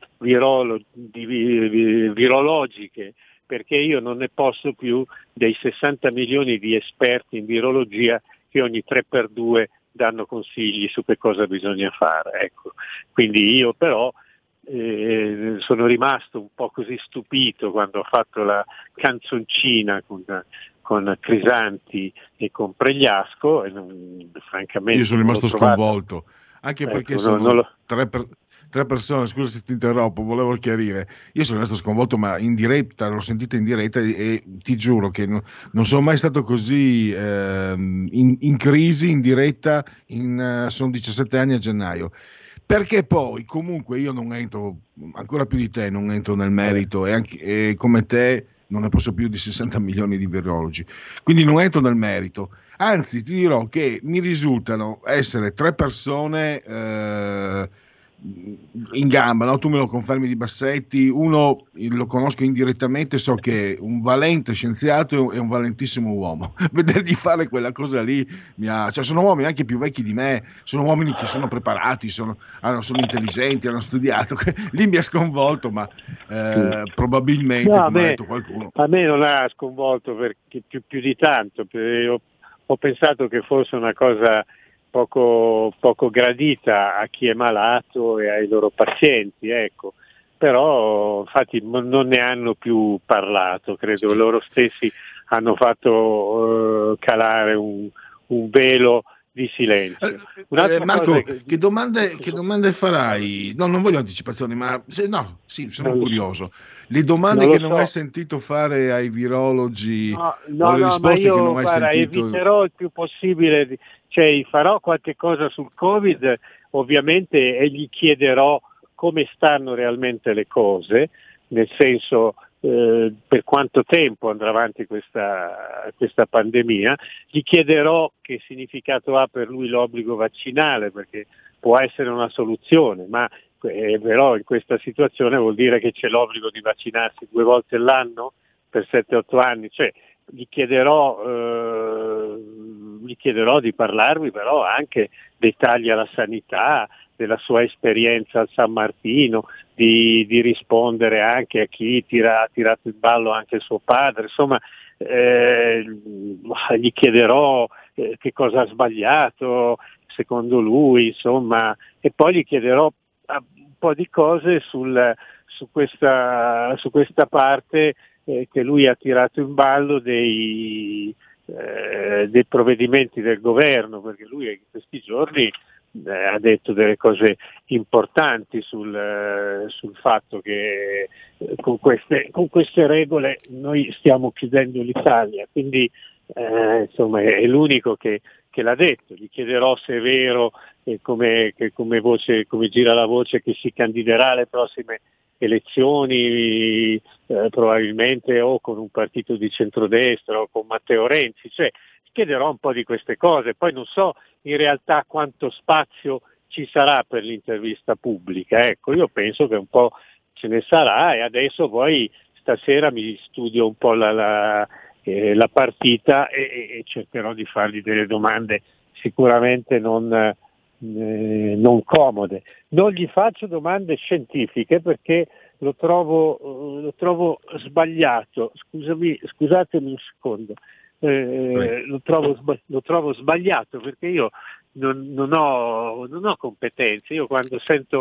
virologiche, perché io non ne posso più dei 60 milioni di esperti in virologia che ogni 3x2 danno consigli su che cosa bisogna fare. Ecco. Quindi io però sono rimasto un po' così stupito quando ho fatto la canzoncina con Crisanti e con Pregliasco, e francamente io sono rimasto sconvolto, anche perché sono tre persone, scusa se ti interrompo, volevo chiarire, io sono rimasto sconvolto, ma in diretta, l'ho sentita in diretta e ti giuro che non sono mai stato così in crisi in diretta, sono 17 anni a gennaio, perché poi comunque io non entro, ancora più di te, non entro nel merito e come te non ne posso più di 60 milioni di virologi, quindi non entro nel merito, anzi ti dirò che mi risultano essere tre persone in gamba, no? Tu me lo confermi di Bassetti, uno lo conosco indirettamente, so che è un valente scienziato e un valentissimo uomo. Vedergli fare quella cosa lì cioè, sono uomini anche più vecchi di me, sono uomini che sono preparati, sono intelligenti, hanno studiato. Lì mi ha sconvolto, ma probabilmente, come ha detto qualcuno. A me non ha sconvolto perché più di tanto, perché ho pensato che fosse una cosa poco gradita a chi è malato e ai loro pazienti, ecco. Però infatti non ne hanno più parlato, credo loro stessi hanno fatto calare un velo di silenzio. Marco, che domande farai? No, non voglio anticipazioni, ma sono curioso. Le domande che non hai sentito fare ai virologi, o le risposte che non hai sentito. Eviterò il più possibile, cioè farò qualche cosa sul Covid, ovviamente, e gli chiederò come stanno realmente le cose, nel senso per quanto tempo andrà avanti questa pandemia. Gli chiederò che significato ha per lui l'obbligo vaccinale, perché può essere una soluzione, ma però in questa situazione vuol dire che c'è l'obbligo di vaccinarsi 2 volte all'anno per 7-8 anni, cioè gli chiederò di parlarmi però anche dei tagli alla sanità, della sua esperienza al San Martino, di rispondere anche a chi ha tirato in ballo anche suo padre, insomma gli chiederò che cosa ha sbagliato secondo lui, insomma, e poi gli chiederò un po' di cose su questa parte che lui ha tirato in ballo dei provvedimenti del governo, perché lui in questi giorni ha detto delle cose importanti sul fatto che con queste regole noi stiamo chiudendo l'Italia, quindi insomma è l'unico che l'ha detto. Gli chiederò se è vero come gira la voce che si candiderà alle prossime elezioni, probabilmente o con un partito di centrodestra o con Matteo Renzi, cioè chiederò un po' di queste cose. Poi non so in realtà quanto spazio ci sarà per l'intervista pubblica, ecco, io penso che un po' ce ne sarà, e adesso poi stasera mi studio un po' la partita e cercherò di fargli delle domande sicuramente non comode. Non gli faccio domande scientifiche perché lo trovo sbagliato. Scusatemi un secondo. Lo trovo sbagliato perché io non ho competenze. Io quando sento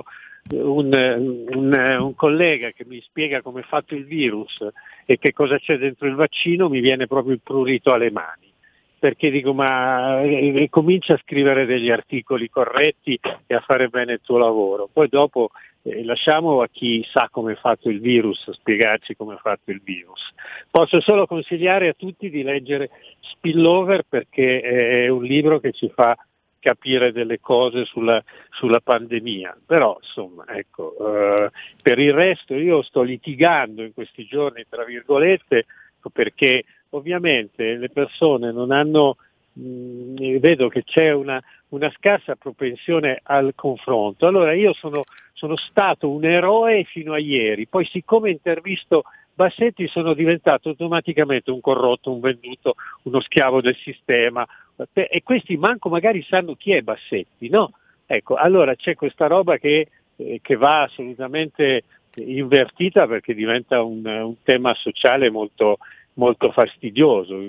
un collega che mi spiega come è fatto il virus e che cosa c'è dentro il vaccino, mi viene proprio il prurito alle mani, perché dico comincia a scrivere degli articoli corretti e a fare bene il tuo lavoro, poi dopo lasciamo a chi sa come è fatto il virus spiegarci come è fatto il virus. Posso solo consigliare a tutti di leggere Spillover, perché è un libro che ci fa capire delle cose sulla pandemia, però insomma ecco, per il resto io sto litigando in questi giorni tra virgolette, perché ovviamente le persone non hanno, vedo che c'è una scarsa propensione al confronto. Allora io sono stato un eroe fino a ieri, poi siccome intervisto Bassetti sono diventato automaticamente un corrotto, un venduto, uno schiavo del sistema, e questi manco magari sanno chi è Bassetti, no? Ecco, allora c'è questa roba che va assolutamente invertita, perché diventa un tema sociale molto molto fastidioso,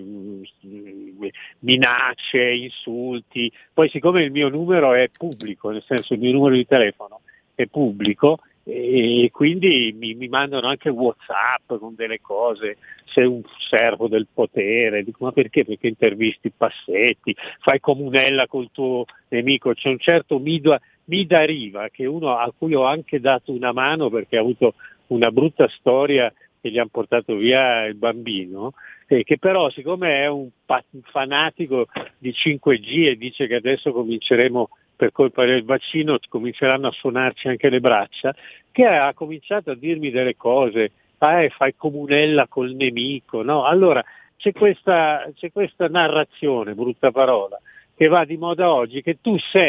minacce, insulti. Poi siccome il mio numero è pubblico, nel senso il mio numero di telefono è pubblico, e quindi mi mandano anche WhatsApp con delle cose, sei un servo del potere, dico ma perché? Perché intervisti Bassetti, fai comunella col tuo nemico. C'è un certo Mida Riva, che uno a cui ho anche dato una mano perché ha avuto una brutta storia che gli hanno portato via il bambino, che però siccome è un fanatico di 5G e dice che adesso cominceremo, per colpa del vaccino, cominceranno a suonarci anche le braccia, che ha cominciato a dirmi delle cose, fai comunella col nemico, no? Allora c'è questa narrazione, brutta parola, che va di moda oggi, che tu sei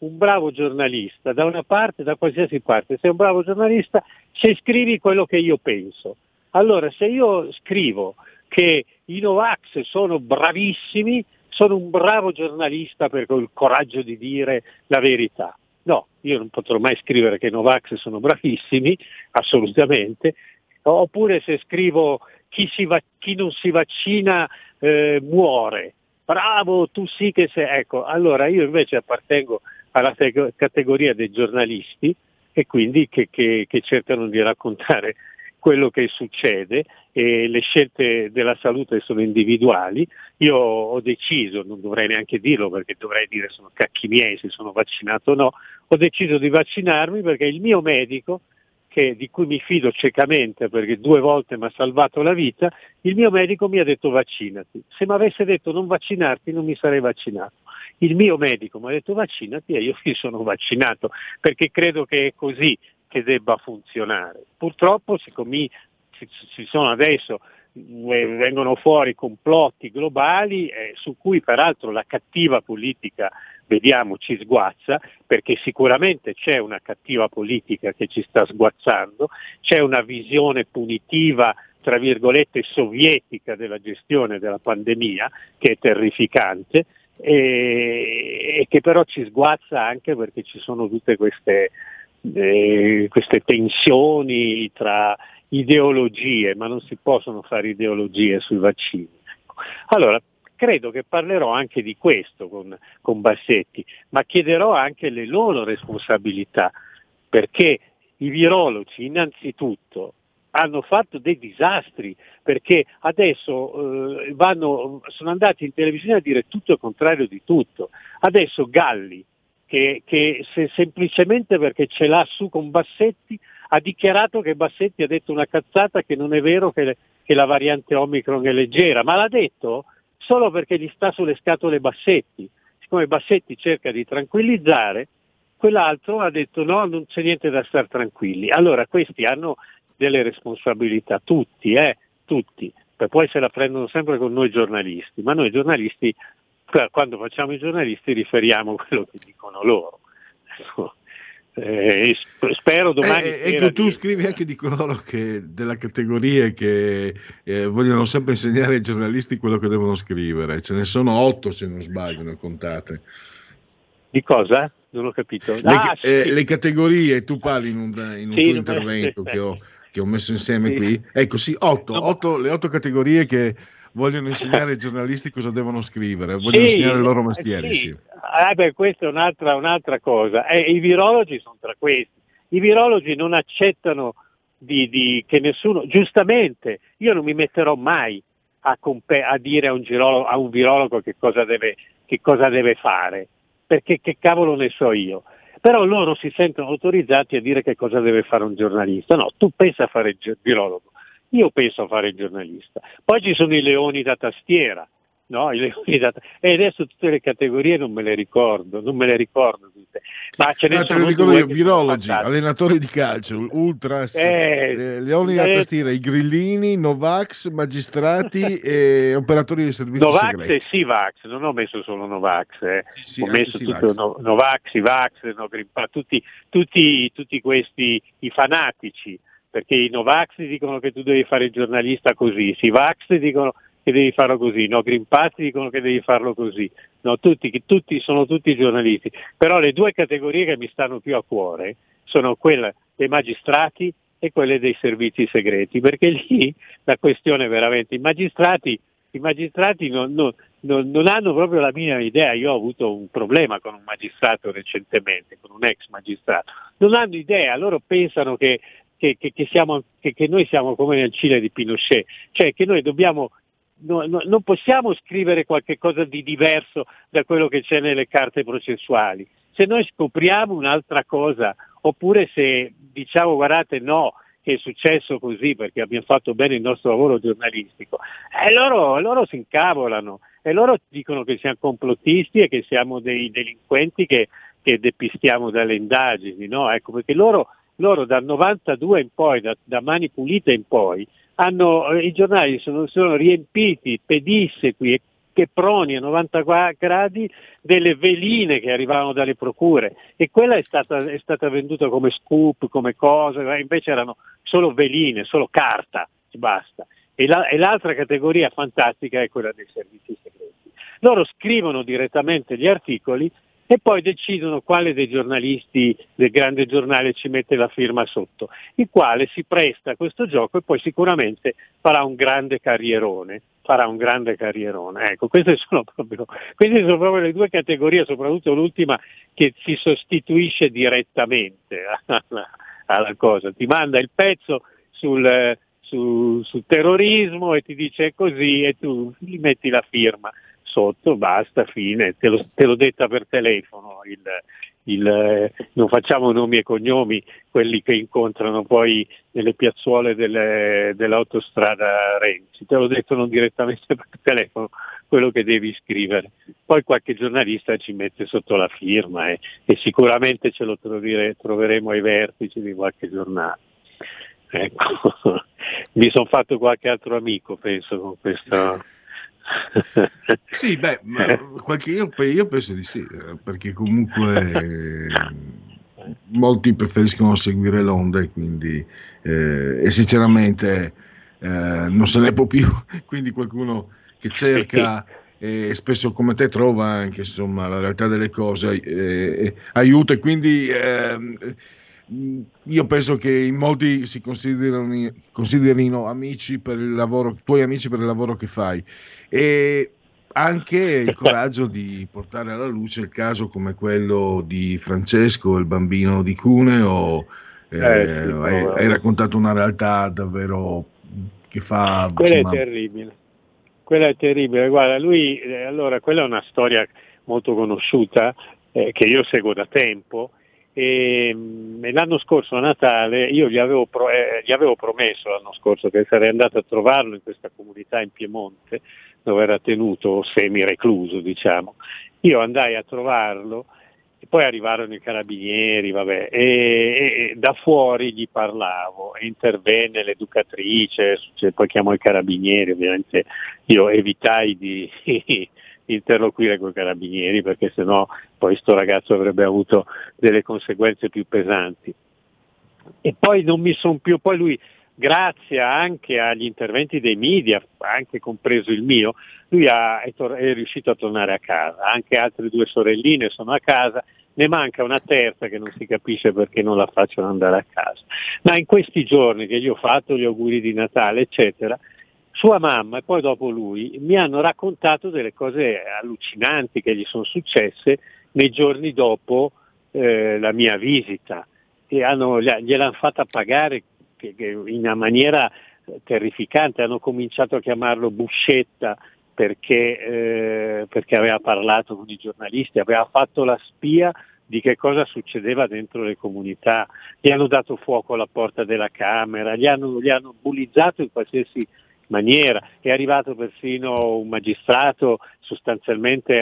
un bravo giornalista, da una parte, da qualsiasi parte, sei un bravo giornalista se scrivi quello che io penso. Allora, se io scrivo che i Novax sono bravissimi, sono un bravo giornalista perché ho il coraggio di dire la verità. No, io non potrò mai scrivere che i Novax sono bravissimi, assolutamente. Oppure se scrivo chi non si vaccina muore. Bravo, tu sì che sei. Ecco, allora io invece appartengo alla categoria dei giornalisti e quindi che cercano di raccontare quello che succede, e le scelte della salute sono individuali. Io ho deciso, non dovrei neanche dirlo perché dovrei dire sono cacchi miei se sono vaccinato o no, ho deciso di vaccinarmi perché il mio medico, di cui mi fido ciecamente perché 2 volte mi ha salvato la vita, il mio medico mi ha detto vaccinati. Se mi avesse detto non vaccinarti non mi sarei vaccinato. Il mio medico mi ha detto vaccinati e io mi sono vaccinato perché credo che è così che debba funzionare. Purtroppo siccome ci sono adesso, vengono fuori complotti globali su cui peraltro la cattiva politica, vediamo, ci sguazza, perché sicuramente c'è una cattiva politica che ci sta sguazzando, c'è una visione punitiva, tra virgolette, sovietica della gestione della pandemia che è terrificante e che però ci sguazza anche perché ci sono tutte queste tensioni tra ideologie, ma non si possono fare ideologie sui vaccini. Allora, credo che parlerò anche di questo con Bassetti, ma chiederò anche le loro responsabilità, perché i virologi innanzitutto hanno fatto dei disastri, perché adesso sono andati in televisione a dire tutto il contrario di tutto. Adesso Galli, che se semplicemente perché ce l'ha su con Bassetti, ha dichiarato che Bassetti ha detto una cazzata, che non è vero che la variante Omicron è leggera, ma l'ha detto solo perché gli sta sulle scatole Bassetti. Siccome Bassetti cerca di tranquillizzare, quell'altro ha detto no, non c'è niente da star tranquilli. Allora questi hanno delle responsabilità, tutti, poi se la prendono sempre con noi giornalisti, ma noi giornalisti, quando facciamo i giornalisti, riferiamo quello che dicono loro. Spero domani ecco, tu scrivi anche di coloro della categoria che vogliono sempre insegnare ai giornalisti quello che devono scrivere. Ce ne sono 8 se non sbaglio, ne contate. Di cosa? Non ho capito. Le categorie, tu parli in un tuo intervento che ho messo insieme qui. Ecco, sì, 8 le 8 categorie che vogliono insegnare ai giornalisti cosa devono scrivere, vogliono insegnare il loro mestiere. Sì. Questa è un'altra cosa. I virologi sono tra questi. I virologi non accettano che nessuno, giustamente, io non mi metterò mai a dire a un virologo che cosa deve fare, perché che cavolo ne so io. Però loro si sentono autorizzati a dire che cosa deve fare un giornalista. No, tu pensa a fare il virologo. Io penso a fare il giornalista. Poi ci sono i leoni da tastiera, no? E adesso tutte le categorie non me le ricordo tutte. Ma ce ne sono ricordo io, virologi, allenatori di calcio, ultras, leoni da tastiera, i grillini, Novax, magistrati e operatori dei servizi segreti. Novax e Sivax, non ho messo solo Novax, Sì, ho messo tutto Novax, Sivax, no Green Pass, tutti questi i fanatici. Perché i Novax dicono che tu devi fare il giornalista così, i Sivax dicono che devi farlo così, no Green Pass dicono che devi farlo così, no, sono tutti giornalisti. Però le 2 categorie che mi stanno più a cuore sono quella dei magistrati e quelle dei servizi segreti, perché lì la questione è veramente, i magistrati non hanno proprio la minima idea. Io ho avuto un problema con un magistrato recentemente, con un ex magistrato, non hanno idea, loro pensano che noi siamo come nel Cile di Pinochet, cioè che noi non possiamo scrivere qualche cosa di diverso da quello che c'è nelle carte processuali. Se noi scopriamo un'altra cosa, oppure se diciamo guardate no, che è successo così perché abbiamo fatto bene il nostro lavoro giornalistico, loro si incavolano e loro dicono che siamo complottisti e che siamo dei delinquenti che depistiamo dalle indagini, no? Ecco, perché loro dal 92 in poi, da Mani Pulite in poi, i giornali sono riempiti pedissequi peperoni a 90 gradi, delle veline che arrivavano dalle procure, e quella è stata venduta come scoop, come cosa, invece erano solo veline, solo carta, basta. E l'altra categoria fantastica è quella dei servizi segreti. Loro scrivono direttamente gli articoli e poi decidono quale dei giornalisti del grande giornale ci mette la firma sotto, il quale si presta a questo gioco e poi sicuramente farà un grande carrierone. Ecco, queste sono proprio le due categorie, soprattutto l'ultima che si sostituisce direttamente alla cosa, ti manda il pezzo sul terrorismo e ti dice è così e tu gli metti la firma sotto, basta, fine, te l'ho detta per telefono, non facciamo nomi e cognomi, quelli che incontrano poi nelle piazzuole dell'autostrada Renzi, te l'ho detto non direttamente per telefono quello che devi scrivere, poi qualche giornalista ci mette sotto la firma e sicuramente ce lo troveremo ai vertici di qualche giornale. Ecco, mi sono fatto qualche altro amico, penso, con questo. Sì, io penso di sì, perché comunque molti preferiscono seguire l'onda e quindi e sinceramente non se ne può più, quindi qualcuno che cerca e spesso come te trova anche insomma la realtà delle cose aiuta, e quindi io penso che in molti si considerino amici per il lavoro, tuoi amici per il lavoro che fai, e anche il coraggio di portare alla luce il caso come quello di Francesco, il bambino di Cuneo. Hai raccontato una realtà davvero che fa... Quella è terribile, guarda, lui, allora, quella è una storia molto conosciuta che io seguo da tempo. E l'anno scorso a Natale io gli avevo promesso l'anno scorso che sarei andato a trovarlo in questa comunità in Piemonte dove era tenuto semi-recluso, diciamo. Io andai a trovarlo e poi arrivarono i carabinieri, e da fuori gli parlavo e intervenne l'educatrice, poi chiamò i carabinieri, ovviamente io evitai di interloquire con i carabinieri perché sennò poi sto ragazzo avrebbe avuto delle conseguenze più pesanti. E poi non mi son più, poi lui, grazie anche agli interventi dei media, anche compreso il mio, lui è riuscito a tornare a casa, anche altre 2 sorelline sono a casa, ne manca una terza che non si capisce perché non la facciano andare a casa. Ma in questi giorni che gli ho fatto gli auguri di Natale, eccetera, sua mamma e poi dopo lui mi hanno raccontato delle cose allucinanti che gli sono successe nei giorni dopo la mia visita, e gliel'hanno fatta pagare che in una maniera terrificante. Hanno cominciato a chiamarlo Buscetta perché aveva parlato con i giornalisti, aveva fatto la spia di che cosa succedeva dentro le comunità, gli hanno dato fuoco alla porta della Camera, gli hanno bullizzato in qualsiasi maniera, è arrivato persino un magistrato sostanzialmente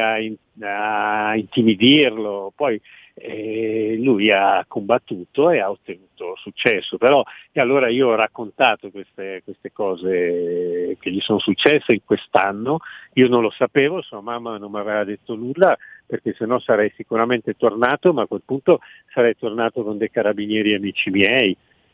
a intimidirlo, poi lui ha combattuto e ha ottenuto successo, però e allora io ho raccontato queste cose che gli sono successe in quest'anno, io non lo sapevo, sua mamma non mi aveva detto nulla perché sennò sarei sicuramente tornato, ma a quel punto sarei tornato con dei carabinieri amici miei,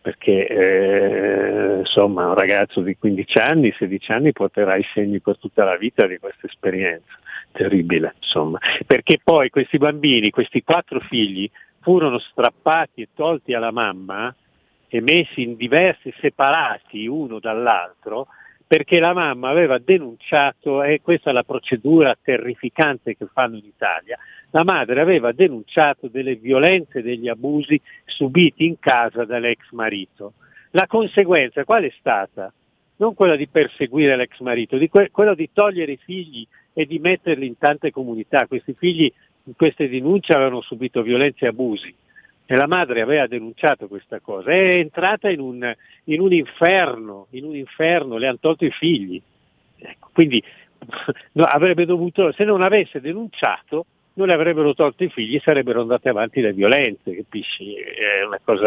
perché insomma un ragazzo di 15 anni, 16 anni porterà i segni per tutta la vita di questa esperienza terribile, insomma, perché poi questi bambini, questi 4 figli furono strappati e tolti alla mamma e messi in diversi, separati uno dall'altro, perché la mamma aveva denunciato, e questa è la procedura terrificante che fanno in Italia, la madre aveva denunciato delle violenze e degli abusi subiti in casa dall'ex marito. La conseguenza qual è stata? Non quella di perseguire l'ex marito, quello di togliere i figli e di metterli in tante comunità. Questi figli in queste denunce avevano subito violenze e abusi e la madre aveva denunciato questa cosa. È entrata in un inferno, le hanno tolto i figli. Ecco, quindi avrebbe dovuto, se non avesse denunciato, non le avrebbero tolto i figli, sarebbero andate avanti le violenze, capisci? È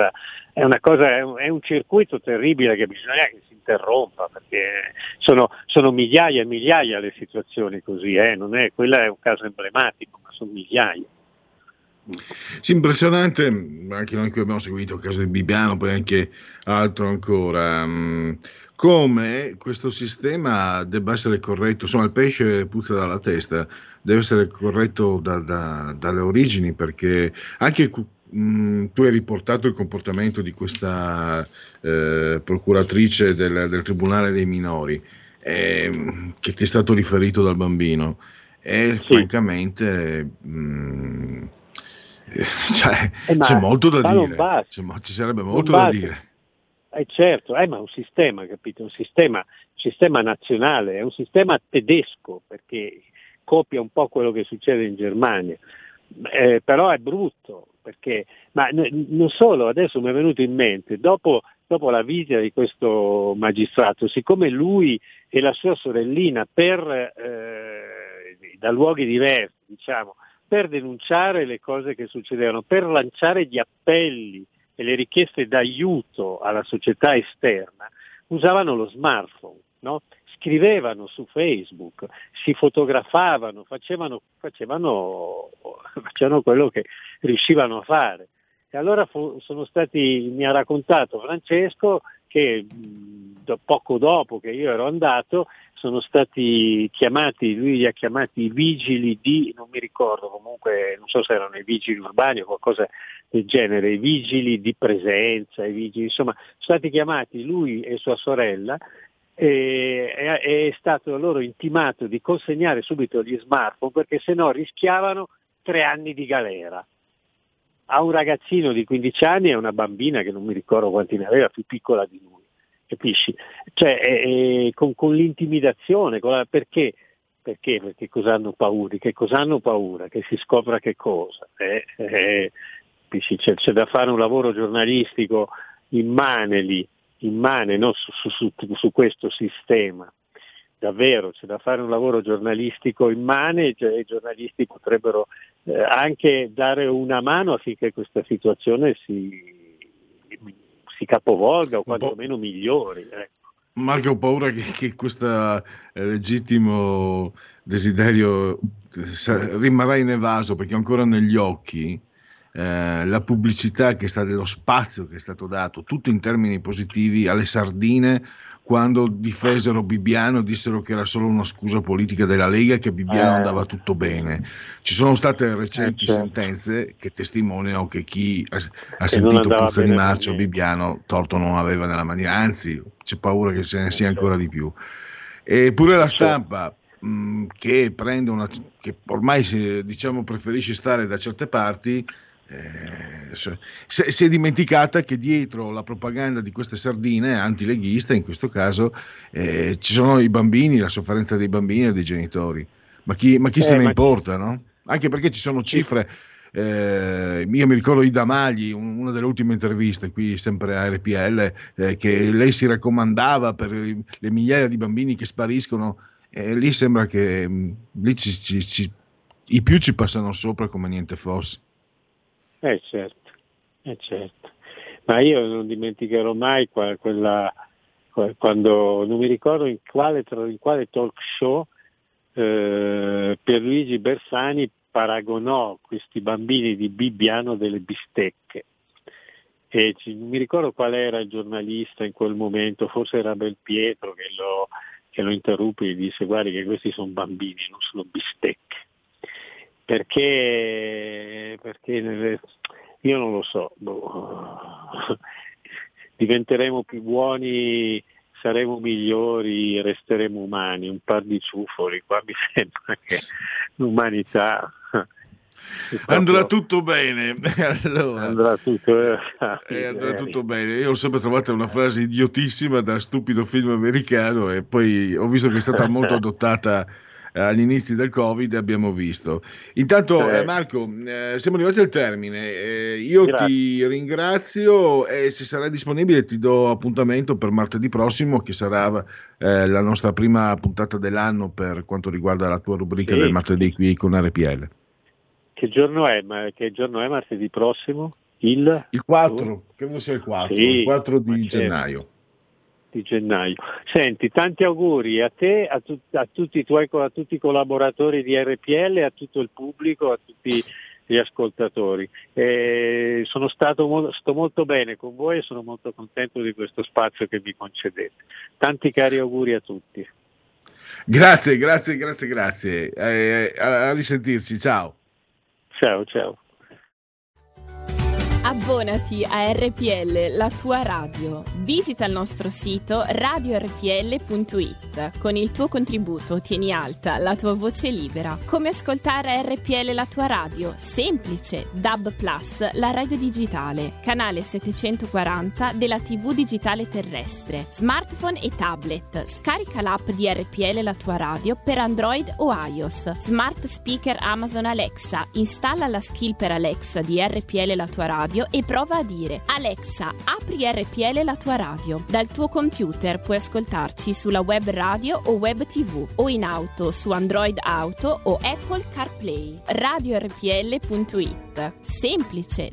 un circuito terribile che bisogna che si interrompa, perché sono migliaia e migliaia le situazioni così, quella è un caso emblematico, ma sono migliaia. Sì, impressionante, anche noi qui abbiamo seguito il caso di Bibbiano, poi anche altro ancora, come questo sistema debba essere corretto, insomma il pesce puzza dalla testa, deve essere corretto dalle origini, perché anche tu hai riportato il comportamento di questa procuratrice del Tribunale dei minori, che ti è stato riferito dal bambino, e sì. Francamente c'è molto da dire, ci sarebbe molto da dire. Certo, ma è un sistema, capito? Un sistema nazionale, è un sistema tedesco, perché copia un po' quello che succede in Germania, però è brutto, perché, ma non solo, adesso mi è venuto in mente, dopo la visita di questo magistrato, siccome lui e la sua sorellina da luoghi diversi, diciamo, per denunciare le cose che succedevano, per lanciare gli appelli e le richieste d'aiuto alla società esterna, usavano lo smartphone, no? Scrivevano su Facebook, si fotografavano, facevano quello che riuscivano a fare. E allora mi ha raccontato Francesco che poco dopo che io ero andato sono stati chiamati, lui li ha chiamati i vigili non mi ricordo, comunque non so se erano i vigili urbani o qualcosa del genere, i vigili di presenza, i vigili, insomma, sono stati chiamati lui e sua sorella, e è stato loro intimato di consegnare subito gli smartphone, perché sennò rischiavano 3 anni di galera. A un ragazzino di 15 anni e una bambina che non mi ricordo quanti ne aveva, più piccola di lui, capisci? Cioè con l'intimidazione, perché? Perché cosa hanno paura? Che cosa hanno paura? Che si scopra che cosa? Capisci? C'è da fare un lavoro giornalistico immane lì, no? su questo sistema. Davvero c'è da fare un lavoro giornalistico immane, e i giornalisti potrebbero anche dare una mano affinché questa situazione si capovolga o quantomeno migliori. Marco, ho paura che questo legittimo desiderio rimarrà inevaso, perché ancora negli occhi la pubblicità che è stata, lo spazio che è stato dato, tutto in termini positivi, alle sardine, quando difesero Bibbiano, dissero che era solo una scusa politica della Lega, che a Bibbiano andava tutto bene. Ci sono state recenti sentenze che testimoniano che chi ha sentito puzza di marcio a Bibbiano torto non aveva nella maniera, anzi c'è paura che se ne sia ancora di più. Eppure la stampa che prende che ormai preferisce stare da certe parti, si è dimenticata che dietro la propaganda di queste sardine antileghiste, in questo caso, ci sono i bambini, la sofferenza dei bambini e dei genitori. Ma chi se ne importa, no? Anche perché ci sono cifre. Io mi ricordo Ida Magli, una delle ultime interviste qui sempre a RPL, che lei si raccomandava per le migliaia di bambini che spariscono, e lì sembra che lì i più ci passano sopra come niente fosse. Certo. Ma io non dimenticherò mai quando, non mi ricordo in quale talk show, Pierluigi Bersani paragonò questi bambini di Bibbiano delle bistecche, e non mi ricordo qual era il giornalista in quel momento, forse era Belpietro che lo interruppe e disse: guardi che questi sono bambini, non sono bistecche. Perché io non lo so, diventeremo più buoni, saremo migliori, resteremo umani, un par di ciuffoli, qua mi sembra che l'umanità andrà tutto bene. Allora, andrà tutto bene. Io ho sempre trovato una frase idiotissima da stupido film americano, e poi ho visto che è stata molto adottata agli inizi del Covid, abbiamo visto. Intanto Marco, siamo arrivati al termine, io ti ringrazio, e se sarai disponibile ti do appuntamento per martedì prossimo, che sarà la nostra prima puntata dell'anno per quanto riguarda la tua rubrica del martedì qui con RPL. Che giorno è martedì prossimo? Il 4, credo sia il 4, sì, il 4 di gennaio. Di gennaio. Senti, tanti auguri a te, a tutti i collaboratori di RPL, a tutto il pubblico, a tutti gli ascoltatori. Sto molto bene con voi e sono molto contento di questo spazio che mi concedete. Tanti cari auguri a tutti. Grazie. A risentirci, ciao. Ciao. Abbonati a RPL, la tua radio. Visita il nostro sito radiorpl.it. Con il tuo contributo ottieni alta la tua voce libera. Come ascoltare RPL, la tua radio? Semplice. DAB+, la radio digitale. Canale 740 della TV digitale terrestre. Smartphone e tablet. Scarica l'app di RPL, la tua radio per Android o iOS. Smart speaker Amazon Alexa. Installa la skill per Alexa di RPL, la tua radio e prova a dire: Alexa, apri RPL, la tua radio. Dal tuo computer puoi ascoltarci sulla web radio o web TV o in auto su Android Auto o Apple CarPlay. radiorpl.it. Semplice.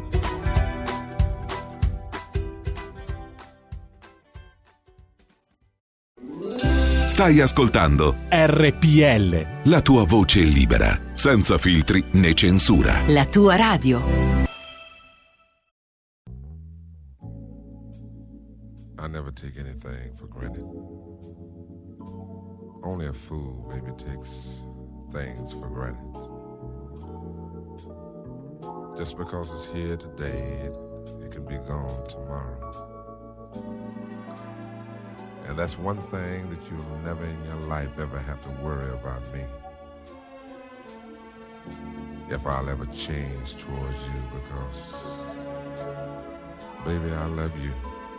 Stai ascoltando RPL, la tua voce libera, senza filtri né censura. La tua radio. I never take anything for granted. Only a fool maybe takes things for granted. Just because it's here today, it can be gone tomorrow. And that's one thing that you'll never in your life ever have to worry about me. If I'll ever change towards you, because, baby, I love you.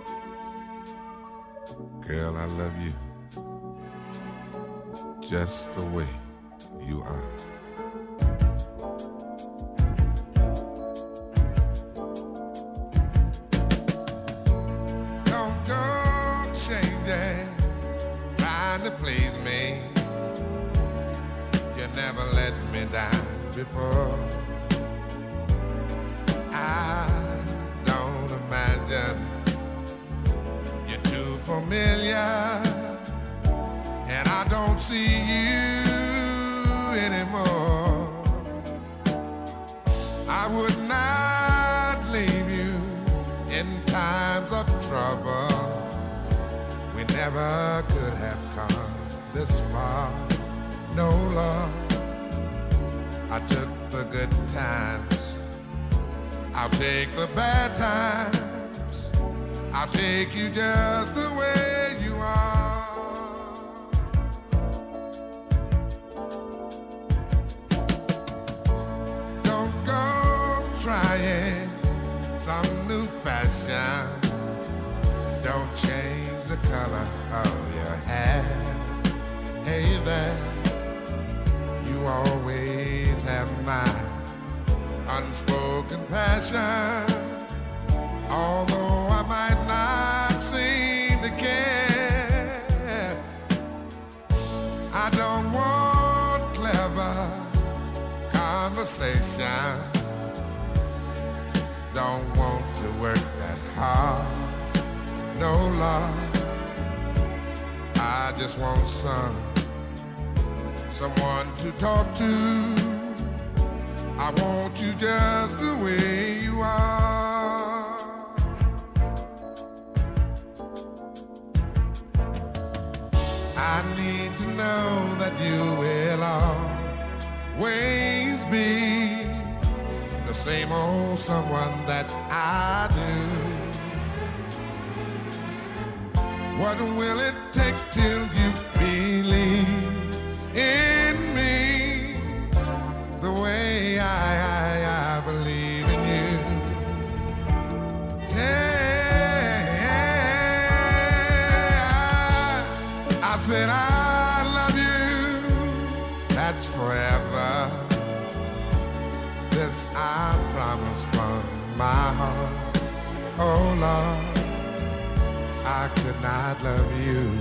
Girl, I love you just the way you are. Don't go changing, trying to please me. You never let me down before. I don't imagine familiar, and I don't see you anymore. I would not leave you in times of trouble. We never could have come this far, no love. I took the good times, I'll take the bad times. I'll take you just the way you are. Don't go trying some new fashion. Don't change the color of your hair. Hey there, you always have my unspoken passion. Although I might not seem to care, I don't want clever conversation. Don't want to work that hard, no love. I just want someone to talk to. I want you just the way you are. I need to know that you will always be the same old someone that I do. What will it take till you believe in me the way I believe in you? I said I love you, that's forever. This I promise from my heart. Oh Lord, I could not love you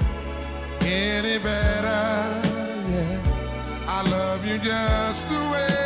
any better. Yeah, I love you just the way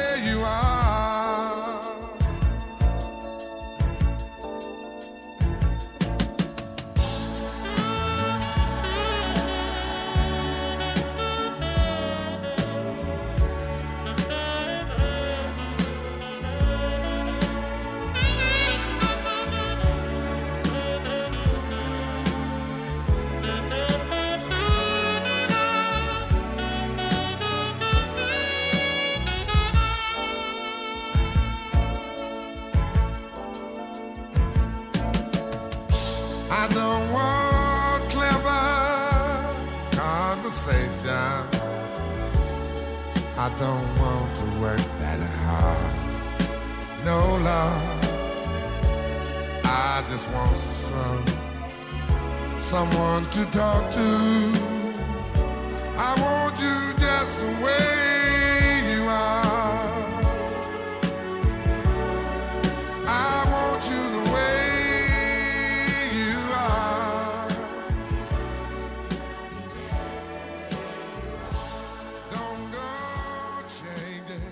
I don't want clever conversation. I don't want to work that hard. No, love. I just want someone to talk to. I want you just the way you are. I want you the way you are. Don't go changing.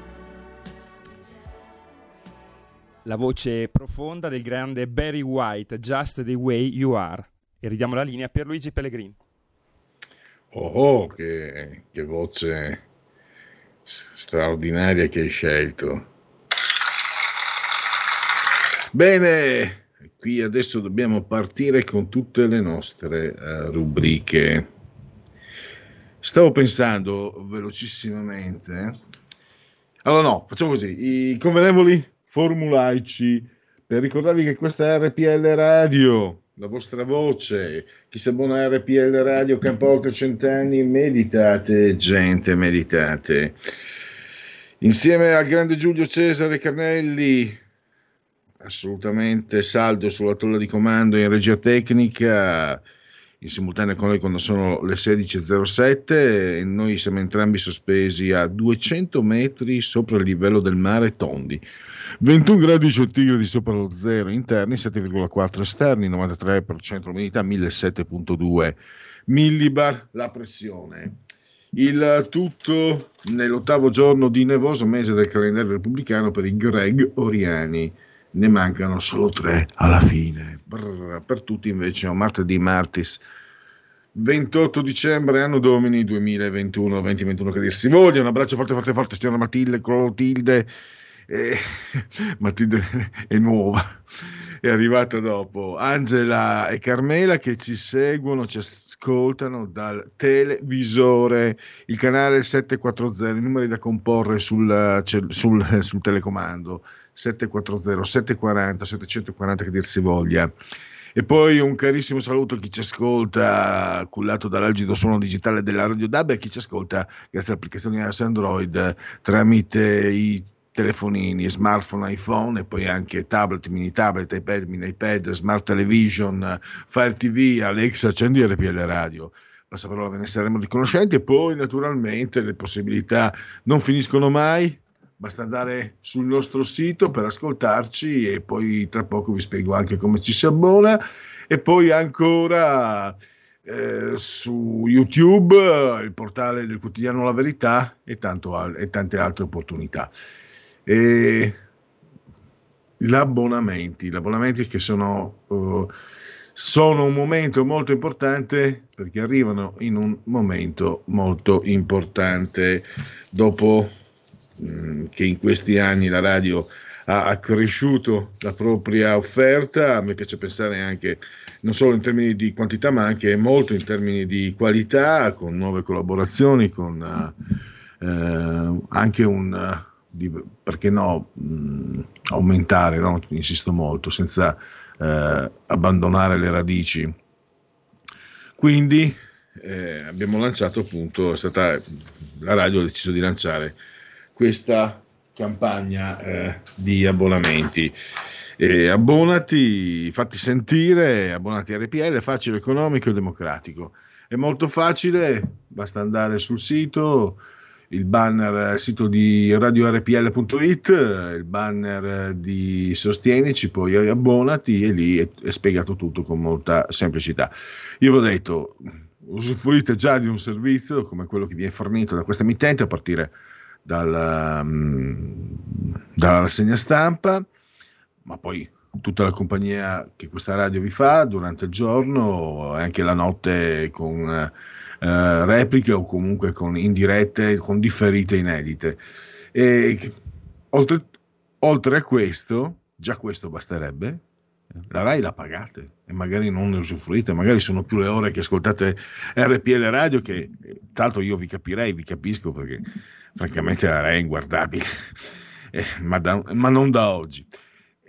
La voce profonda del grande Barry White, Just the Way You Are. E ridiamo la linea per Luigi Pellegrini. Oh, che voce straordinaria che hai scelto. Bene, qui adesso dobbiamo partire con tutte le nostre rubriche. Stavo pensando velocissimamente. Allora no, facciamo così. I convenevoli formulaici, per ricordarvi che questa è RPL Radio, la vostra voce. Chi si abbona a RPL Radio campa oltre 100 anni. Meditate, gente, meditate. Insieme al grande Giulio Cesare Carnelli, assolutamente saldo sulla tolla di comando in regia tecnica, in simultanea con noi quando sono le 16.07, e noi siamo entrambi sospesi a 200 metri sopra il livello del mare tondi. 21 gradi centigradi sopra lo zero interni, 7,4 esterni, 93% l'umidità, 1007,2 millibar la pressione. Il tutto nell'8° giorno di nevoso mese del calendario repubblicano per i Gregoriani. Ne mancano solo 3 alla fine. Per tutti invece è un martedì martis 28 dicembre, anno domini 2021 che dir si voglia. Un abbraccio forte signora Matilde Clotilde. Matilde è nuova, è arrivata dopo. Angela e Carmela che ci seguono, ci ascoltano dal televisore, il canale 740, i numeri da comporre sul telecomando 740 740 740 che dir si voglia. E poi un carissimo saluto a chi ci ascolta cullato dall'algido suono digitale della Radio DAB e a chi ci ascolta grazie all'applicazione Android tramite i telefonini, smartphone, iPhone e poi anche tablet, mini tablet, iPad, mini iPad, smart television, Fire TV, Alexa, accendi RPL Radio. Passaparola, ve ne saremo riconoscenti. E poi naturalmente le possibilità non finiscono mai, basta andare sul nostro sito per ascoltarci e poi tra poco vi spiego anche come ci si abbona. E poi ancora su YouTube, il portale del quotidiano La Verità e tante altre opportunità. E gli abbonamenti che sono un momento molto importante, perché arrivano in un momento molto importante dopo che in questi anni la radio ha accresciuto la propria offerta. A me piace pensare anche non solo in termini di quantità ma anche molto in termini di qualità, con nuove collaborazioni, con anche perché no, aumentare, no? Insisto molto, senza abbandonare le radici. Quindi abbiamo lanciato, appunto, la radio ha deciso di lanciare questa campagna di abbonamenti. Abbonati, fatti sentire, abbonati a RPL, facile, economico e democratico. È molto facile, basta andare sul sito, il banner, il sito di radiorpl.it, il banner di Sostienici, poi abbonati, e lì è spiegato tutto con molta semplicità. Io vi ho detto, usufruite già di un servizio come quello che viene fornito da questa emittente a partire dalla rassegna stampa, ma poi tutta la compagnia che questa radio vi fa durante il giorno e anche la notte con repliche o comunque con indirette, con differite inedite. E oltre a questo, già questo basterebbe, la Rai la pagate e magari non ne usufruite, magari sono più le ore che ascoltate RPL Radio, che tra l'altro io vi capisco, perché francamente la Rai è inguardabile, ma non da oggi.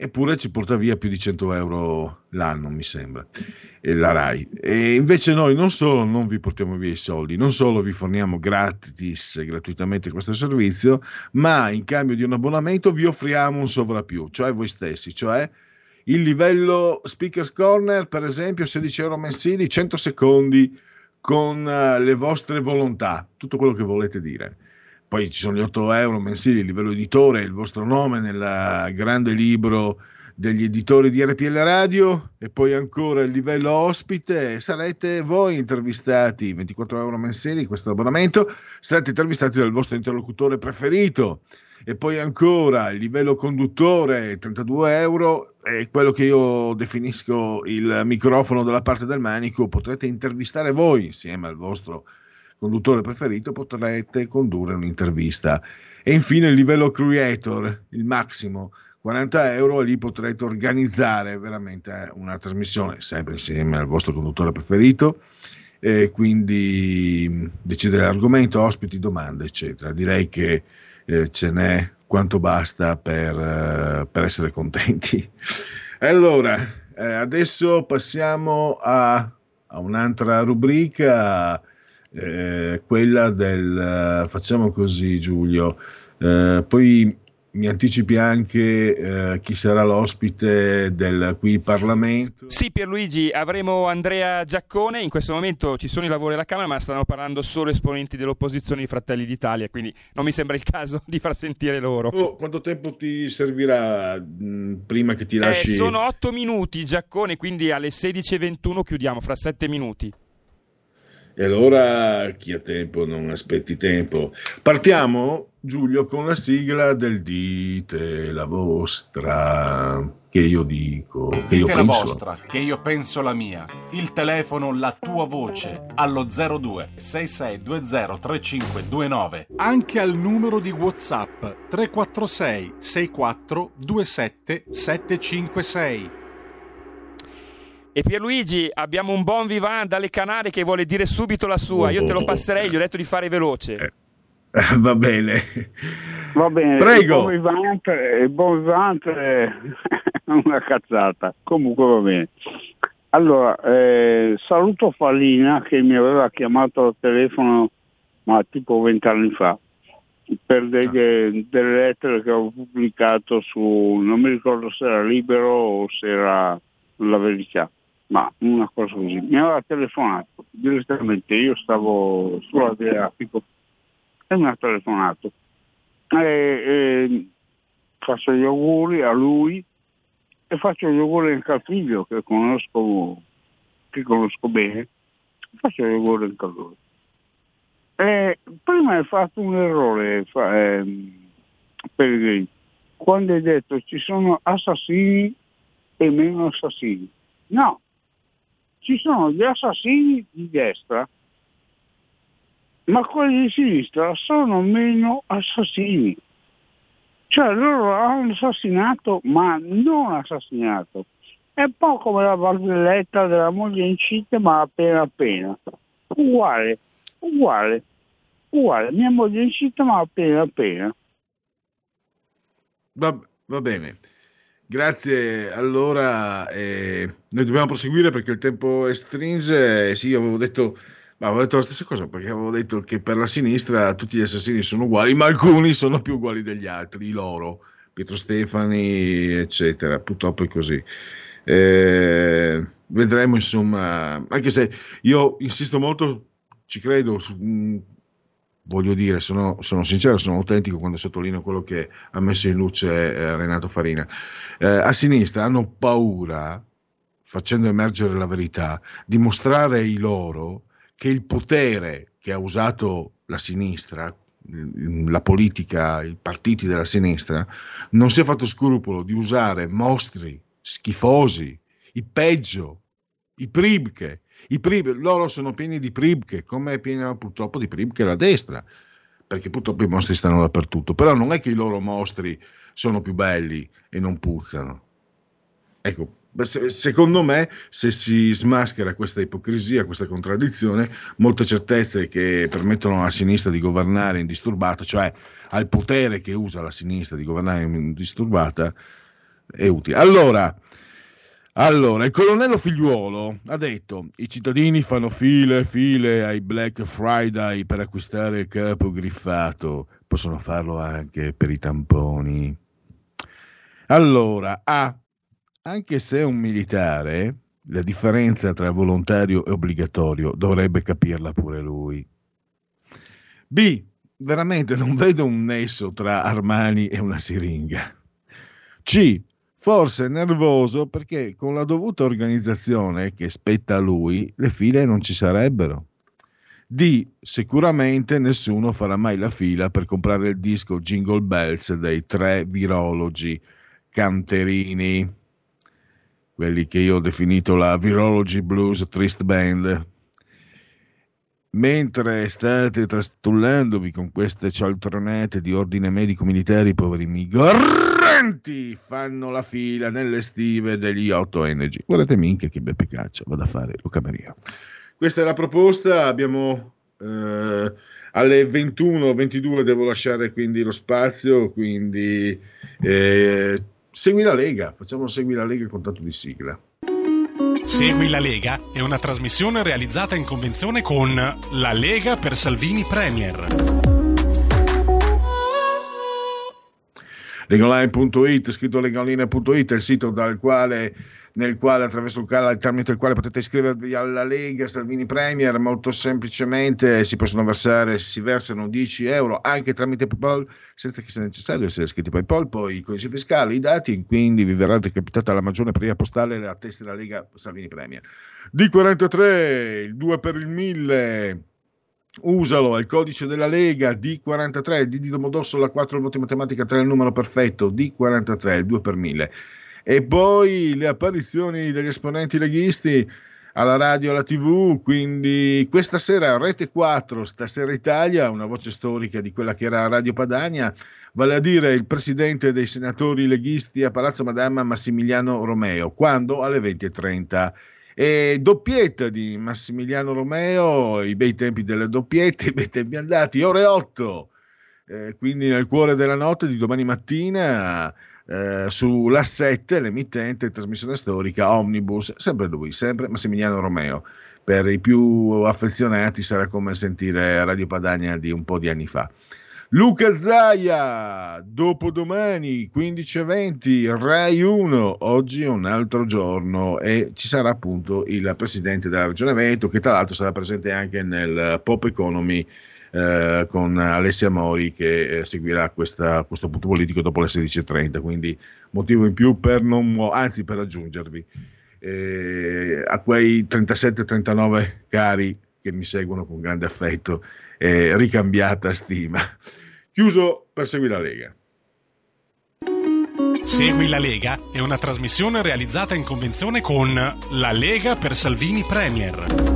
eppure ci porta via più di 100 euro l'anno, mi sembra, la RAI. E invece noi non solo non vi portiamo via i soldi, non solo vi forniamo gratuitamente questo servizio, ma in cambio di un abbonamento vi offriamo un sovrappiù, cioè voi stessi, cioè il livello Speakers Corner, per esempio, 16 euro mensili, 100 secondi con le vostre volontà, tutto quello che volete dire. Poi ci sono gli 8 euro mensili, il livello editore, il vostro nome nel grande libro degli editori di RPL Radio, e poi ancora il livello ospite, sarete voi intervistati, 24 euro mensili questo abbonamento, sarete intervistati dal vostro interlocutore preferito. E poi ancora il livello conduttore, 32 euro, è quello che io definisco il microfono dalla parte del manico, potrete intervistare voi insieme al vostro conduttore preferito, potrete condurre un'intervista. E infine il livello creator, il massimo, 40 euro, e lì potrete organizzare veramente una trasmissione sempre insieme al vostro conduttore preferito, e quindi decidere l'argomento, ospiti, domande, eccetera. Direi che ce n'è quanto basta per essere contenti. Allora, adesso passiamo a un'altra rubrica, quella del facciamo così, Giulio, poi mi anticipi anche chi sarà l'ospite del qui Parlamento. Sì, Pierluigi, avremo Andrea Giaccone. In questo momento ci sono i lavori alla Camera, ma stanno parlando solo esponenti dell'opposizione di Fratelli d'Italia, quindi non mi sembra il caso di far sentire loro. Quanto tempo ti servirà prima che ti lasci? Sono 8 minuti, Giaccone, quindi alle 16:21 chiudiamo, fra 7 minuti. E allora chi ha tempo non aspetti tempo. Partiamo, Giulio, con la sigla del dite la vostra, che io dico, che dite io la penso. vostra, che io penso la mia. Il telefono, la tua voce, allo 02 6620 3529. Anche al numero di WhatsApp 346 64 27 756. E Pierluigi, abbiamo un bon vivant dalle Canarie che vuole dire subito la sua. Io te lo passerei, gli ho detto di fare veloce. Va bene. Va bene. Prego. Il bon vivant è una cazzata. Comunque va bene. Allora, saluto Fallina che mi aveva chiamato al telefono ma tipo 20 anni fa per delle lettere che avevo pubblicato su, non mi ricordo se era Libero o se era La Verità, ma una cosa così. Mi aveva telefonato direttamente, io stavo sull'Adriatico e mi ha telefonato e faccio gli auguri a lui e faccio gli auguri anche al figlio che conosco bene, faccio gli auguri anche a lui. Prima hai fatto un errore, Pellegrini, quando hai detto ci sono assassini e meno assassini. No, ci sono gli assassini di destra, ma quelli di sinistra sono meno assassini. Cioè loro hanno assassinato, ma non assassinato. È un po' come la barzelletta della moglie incinta, ma appena. Uguale. Mia moglie incinta, ma appena. Va bene. Grazie, allora noi dobbiamo proseguire perché il tempo stringe. Sì, avevo detto la stessa cosa, perché avevo detto che per la sinistra tutti gli assassini sono uguali, ma alcuni sono più uguali degli altri, loro, Pietro Stefani, eccetera. Purtroppo è così. Vedremo, insomma, anche se io insisto molto, ci credo, voglio dire, sono sincero, sono autentico quando sottolineo quello che ha messo in luce Renato Farina. A sinistra hanno paura, facendo emergere la verità, di mostrare ai loro che il potere che ha usato la sinistra, la politica, i partiti della sinistra, non si è fatto scrupolo di usare mostri schifosi, i peggio, i Pribke. Loro sono pieni di Pribke, come è piena purtroppo di Pribke la destra, perché purtroppo i mostri stanno dappertutto. Però non è che i loro mostri sono più belli e non puzzano. Ecco, secondo me, se si smaschera questa ipocrisia, questa contraddizione, molte certezze che permettono alla sinistra di governare indisturbata, cioè al potere che usa la sinistra di governare indisturbata, è utile. Allora, il colonnello Figliuolo ha detto: i cittadini fanno file ai Black Friday per acquistare il capo griffato, possono farlo anche per i tamponi. Allora, anche se è un militare, la differenza tra volontario e obbligatorio dovrebbe capirla pure lui. B, veramente non vedo un nesso tra Armani e una siringa. C, forse è nervoso perché con la dovuta organizzazione che spetta a lui le file non ci sarebbero. D, sicuramente nessuno farà mai la fila per comprare il disco Jingle Bells dei 3 virologi canterini, quelli che io ho definito la Virology Blues Trist Band. Mentre state trastullandovi con queste cialtronate di ordine medico-militare, i poveri migranti fanno la fila nelle stive degli 8 Energy. Guardate minchia che beppe caccia, vado a fare lo cameriere. Questa è la proposta, abbiamo alle 21:22 devo lasciare quindi lo spazio, quindi segui la Lega, facciamo Segui la Lega con tanto di sigla. Segui la Lega è una trasmissione realizzata in convenzione con La Lega per Salvini Premier. Legaonline.it, scritto legaonline.it, è il sito nel quale attraverso il canale tramite il quale potete iscrivervi alla Lega Salvini Premier. Molto semplicemente si versano 10 euro anche tramite PayPal, senza che sia necessario essere iscritti a PayPal, poi i codici fiscali, i dati, quindi vi verrà recapitata la maggiore per via postale la tessera Lega Salvini Premier. D43, il 2 per il 1000, usalo, è il codice della Lega. D43, D di Domodossola, 4 il voto in matematica, 3 il numero perfetto, D43, il 2 per 1000. E poi le apparizioni degli esponenti leghisti alla radio e alla TV, quindi questa sera Rete 4, Stasera Italia, una voce storica di quella che era Radio Padania, vale a dire il presidente dei senatori leghisti a Palazzo Madama, Massimiliano Romeo, quando? Alle 20:30. E doppietta di Massimiliano Romeo, i bei tempi delle doppiette, i bei tempi andati, ore 8, quindi nel cuore della notte di domani mattina, sulla 7, l'emittente, trasmissione storica Omnibus, sempre lui, sempre Massimiliano Romeo. Per i più affezionati sarà come sentire Radio Padania di un po' di anni fa. Luca Zaia, dopodomani 15:20, Rai 1, oggi è un altro giorno e ci sarà appunto il presidente della Regione Veneto, che tra l'altro sarà presente anche nel Pop Economy con Alessia Mori, che seguirà questo punto politico dopo le 16:30, quindi motivo in più per per aggiungervi a quei 37-39 cari che mi seguono con grande affetto e ricambiata stima. Chiuso per Segui la Lega. Segui la Lega è una trasmissione realizzata in convenzione con La Lega per Salvini Premier.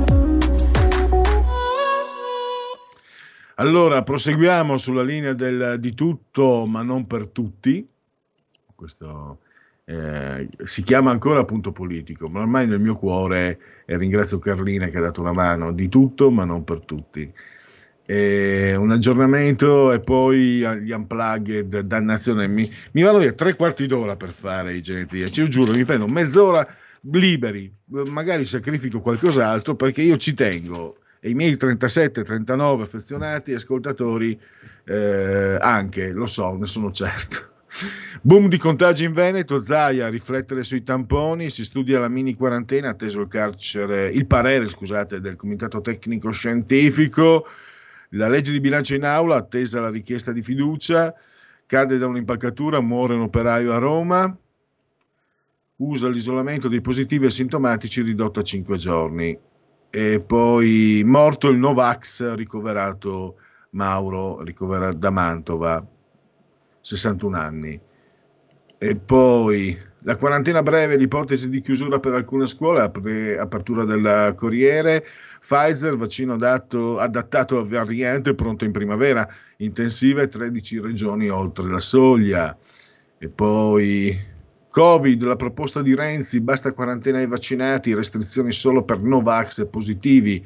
Allora, proseguiamo sulla linea del di tutto ma non per tutti. Questo si chiama ancora punto politico, ma ormai nel mio cuore, e ringrazio Carlina che ha dato una mano, di tutto ma non per tutti. Un aggiornamento e poi gli unplugged, dannazione, mi vanno via 3/4 d'ora per fare i genetici, io giuro, mi prendo mezz'ora liberi, magari sacrifico qualcos'altro perché io ci tengo, e i miei 37-39 affezionati ascoltatori anche, lo so, ne sono certo. Boom di contagi in Veneto, Zaia a riflettere sui tamponi, si studia la mini quarantena, atteso il parere del Comitato Tecnico Scientifico, la legge di bilancio in aula, attesa la richiesta di fiducia, cade da un'impalcatura, muore un operaio a Roma, usa l'isolamento dei positivi asintomatici ridotto a 5 giorni. E poi morto il Novax, ricoverato Mauro, da Mantova, 61 anni. E poi la quarantena breve, l'ipotesi di chiusura per alcune scuole, apertura del Corriere, Pfizer, vaccino adattato a variante, pronto in primavera, intensive 13 regioni oltre la soglia. E poi Covid, la proposta di Renzi, basta quarantena ai vaccinati, restrizioni solo per Novax e positivi,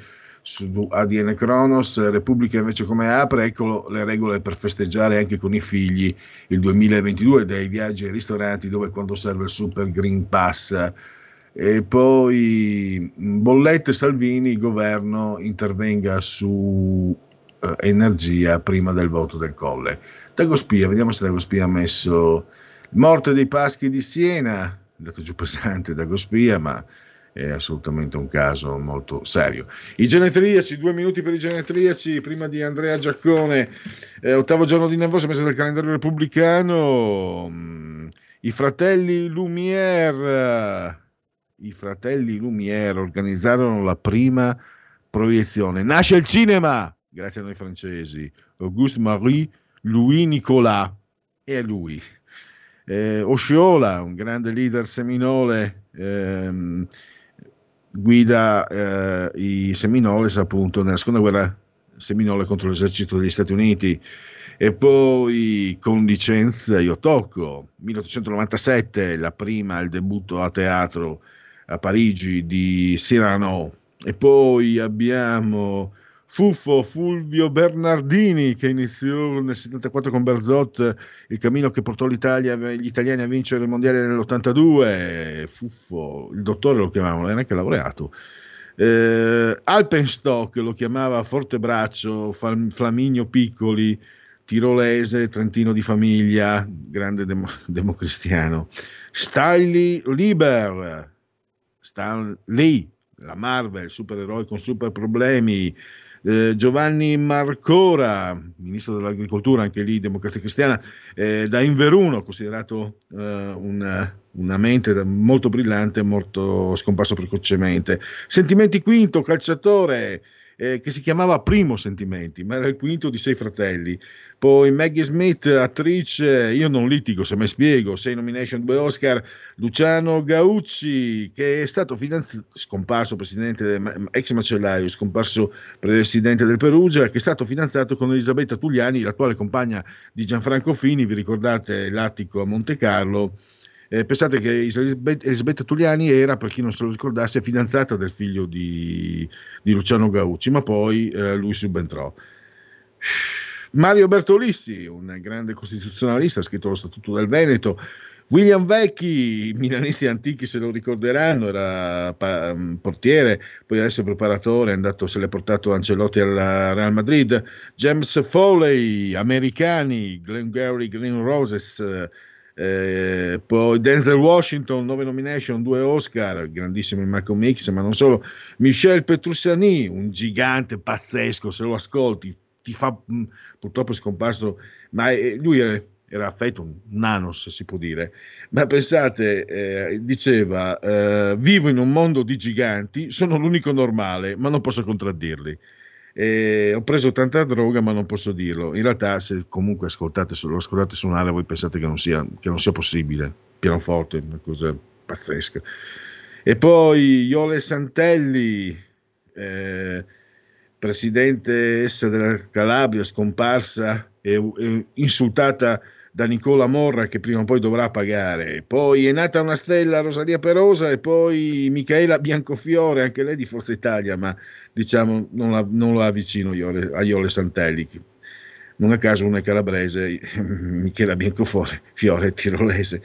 su ADN Kronos. Repubblica invece come apre, ecco le regole per festeggiare anche con i figli il 2022, dai viaggi ai ristoranti dove quando serve il Super Green Pass. E poi bollette, Salvini, governo intervenga su energia prima del voto del Colle. Dagospia, vediamo se Dagospia ha messo morte dei Paschi di Siena, è andato giù pesante Dagospia, ma è assolutamente un caso molto serio. I genetriaci, 2 minuti per i genetriaci prima di Andrea Giaccone. 8° giorno di nervoso, mese del calendario repubblicano. I fratelli Lumière organizzarono la prima proiezione. Nasce il cinema grazie a noi francesi. Auguste Marie Louis Nicolas, e a lui. Osceola, un grande leader seminole, guida i Seminoles appunto nella seconda guerra seminole contro l'esercito degli Stati Uniti. E poi con licenza io tocco 1897, il debutto a teatro a Parigi di Cyrano. E poi abbiamo Fulvio Bernardini, che iniziò nel 74 con Berzot il cammino che portò gli italiani a vincere il mondiale nell'82. Fuffo, il dottore lo chiamavano, non è neanche laureato. Alpenstock lo chiamava Fortebraccio, Flaminio Piccoli, tirolese, trentino di famiglia, grande democristiano. Stanley Lieber, Stan Lee, la Marvel, supereroi con super problemi. Giovanni Marcora, ministro dell'agricoltura, anche lì democrazia cristiana, da Inveruno, considerato una mente molto brillante, morto, scomparso precocemente. Sentimenti Quinto, calciatore, che si chiamava Primo Sentimenti, ma era il quinto di 6 fratelli. Poi Maggie Smith, attrice, io non litigo se mi spiego, 6 nomination, 2 Oscar. Luciano Gaucci, che è stato scomparso ex macellaio, scomparso presidente del Perugia, che è stato fidanzato con Elisabetta Tugliani, l'attuale compagna di Gianfranco Fini. Vi ricordate l'attico a Monte Carlo? Pensate che Elisabetta Tugliani era, per chi non se lo ricordasse, fidanzata del figlio di Luciano Gaucci, ma poi lui subentrò. Mario Bertolissi, un grande costituzionalista, ha scritto lo Statuto del Veneto. William Vecchi, i milanisti antichi se lo ricorderanno, era portiere, poi adesso è preparatore, se l'è portato Ancelotti al Real Madrid. James Foley, americani, Glengarry Green Roses. Poi Denzel Washington, 9 nomination, 2 Oscar, grandissimo in Malcolm X, ma non solo. Michel Petrucciani, un gigante pazzesco, se lo ascolti ti fa, purtroppo è scomparso, ma lui era affetto, un nanos si può dire, ma pensate, diceva vivo in un mondo di giganti, sono l'unico normale, ma non posso contraddirli. Ho preso tanta droga, ma non posso dirlo. In realtà, se comunque lo ascoltate suonare, voi pensate che non sia possibile. Pianoforte, una cosa pazzesca. E poi Iole Santelli, presidentessa della Calabria, scomparsa e insultata da Nicola Morra, che prima o poi dovrà pagare. Poi è nata una stella, Rosalia Perosa, e poi Micaela Biancofiore, anche lei di Forza Italia, ma diciamo non la avvicino a Iole Santelli. Non a caso una è calabrese, Michela Biancofiore è tirolese.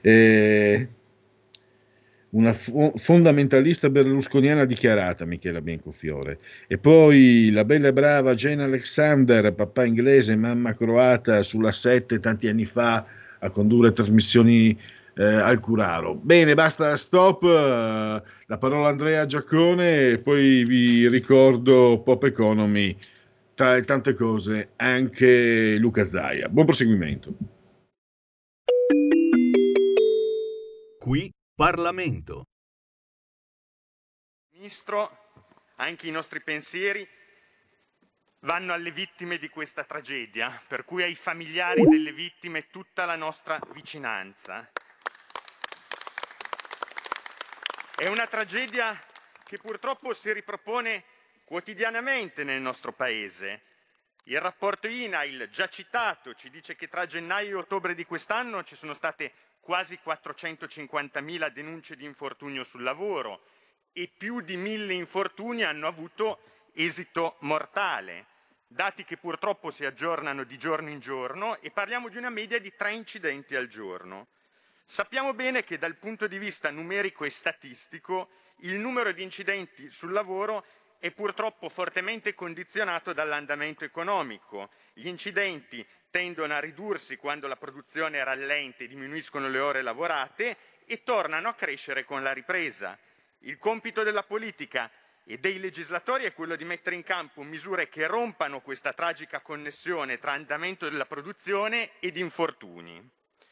Una fondamentalista berlusconiana dichiarata, Michela Biancofiore. E poi la bella e brava Jane Alexander, papà inglese, mamma croata, sulla 7 tanti anni fa a condurre trasmissioni al Curaro. Bene, basta, stop. La parola a Andrea Giaccone, e poi vi ricordo Pop Economy, tra le tante cose anche Luca Zaia. Buon proseguimento. Qui Parlamento. Ministro, anche i nostri pensieri vanno alle vittime di questa tragedia, per cui ai familiari delle vittime tutta la nostra vicinanza. È una tragedia che purtroppo si ripropone quotidianamente nel nostro Paese. Il rapporto INAIL, già citato, ci dice che tra gennaio e ottobre di quest'anno ci sono state quasi 450.000 denunce di infortunio sul lavoro e più di 1.000 infortuni hanno avuto esito mortale, dati che purtroppo si aggiornano di giorno in giorno e parliamo di una media di 3 incidenti al giorno. Sappiamo bene che dal punto di vista numerico e statistico il numero di incidenti sul lavoro è purtroppo fortemente condizionato dall'andamento economico. Gli incidenti tendono a ridursi quando la produzione rallenta e diminuiscono le ore lavorate e tornano a crescere con la ripresa. Il compito della politica e dei legislatori è quello di mettere in campo misure che rompano questa tragica connessione tra andamento della produzione ed infortuni.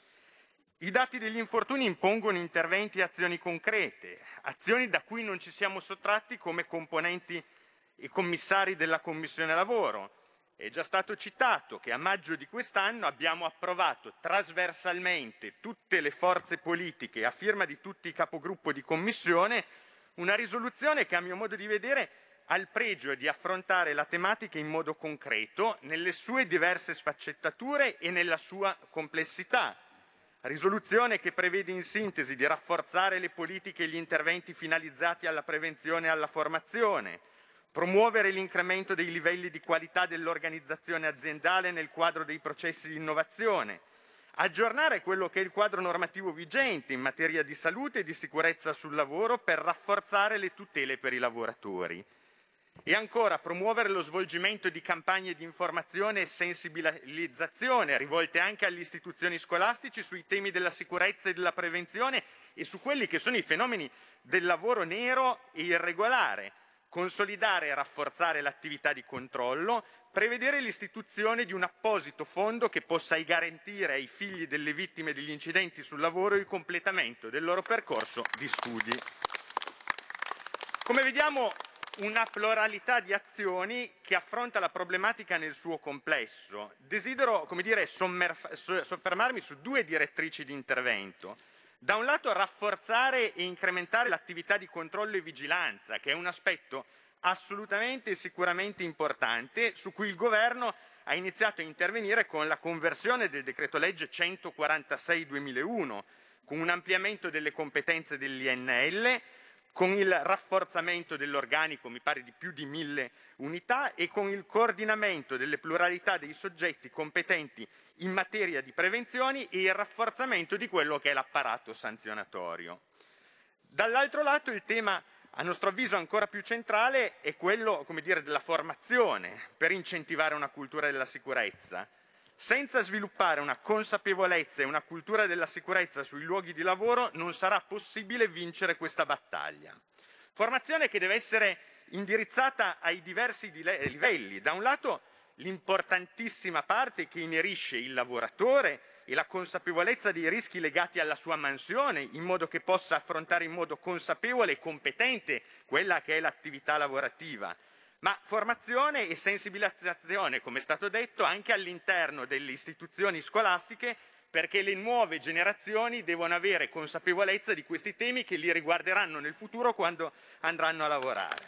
I dati degli infortuni impongono interventi e azioni concrete, azioni da cui non ci siamo sottratti come componenti e commissari della Commissione Lavoro. È già stato citato che a maggio di quest'anno abbiamo approvato trasversalmente tutte le forze politiche a firma di tutti i capogruppo di Commissione una risoluzione che a mio modo di vedere ha il pregio di affrontare la tematica in modo concreto, nelle sue diverse sfaccettature e nella sua complessità. Risoluzione che prevede in sintesi di rafforzare le politiche e gli interventi finalizzati alla prevenzione e alla formazione, promuovere l'incremento dei livelli di qualità dell'organizzazione aziendale nel quadro dei processi di innovazione, aggiornare quello che è il quadro normativo vigente in materia di salute e di sicurezza sul lavoro per rafforzare le tutele per i lavoratori. E ancora promuovere lo svolgimento di campagne di informazione e sensibilizzazione rivolte anche agli istituzioni scolastici sui temi della sicurezza e della prevenzione e su quelli che sono i fenomeni del lavoro nero e irregolare, consolidare e rafforzare l'attività di controllo, prevedere l'istituzione di un apposito fondo che possa garantire ai figli delle vittime degli incidenti sul lavoro il completamento del loro percorso di studi. Come vediamo, una pluralità di azioni che affronta la problematica nel suo complesso. Desidero, soffermarmi su 2 direttrici di intervento. Da un lato rafforzare e incrementare l'attività di controllo e vigilanza, che è un aspetto assolutamente e sicuramente importante, su cui il Governo ha iniziato a intervenire con la conversione del decreto legge 146/2001, con un ampliamento delle competenze dell'INL, con il rafforzamento dell'organico, mi pare di più di 1000 unità, e con il coordinamento delle pluralità dei soggetti competenti in materia di prevenzioni e il rafforzamento di quello che è l'apparato sanzionatorio. Dall'altro lato il tema, a nostro avviso ancora più centrale, è quello, della formazione per incentivare una cultura della sicurezza. Senza sviluppare una consapevolezza e una cultura della sicurezza sui luoghi di lavoro non sarà possibile vincere questa battaglia. Formazione che deve essere indirizzata ai diversi livelli. Da un lato l'importantissima parte che inerisce il lavoratore e la consapevolezza dei rischi legati alla sua mansione, in modo che possa affrontare in modo consapevole e competente quella che è l'attività lavorativa. Ma formazione e sensibilizzazione, come è stato detto, anche all'interno delle istituzioni scolastiche, perché le nuove generazioni devono avere consapevolezza di questi temi che li riguarderanno nel futuro quando andranno a lavorare.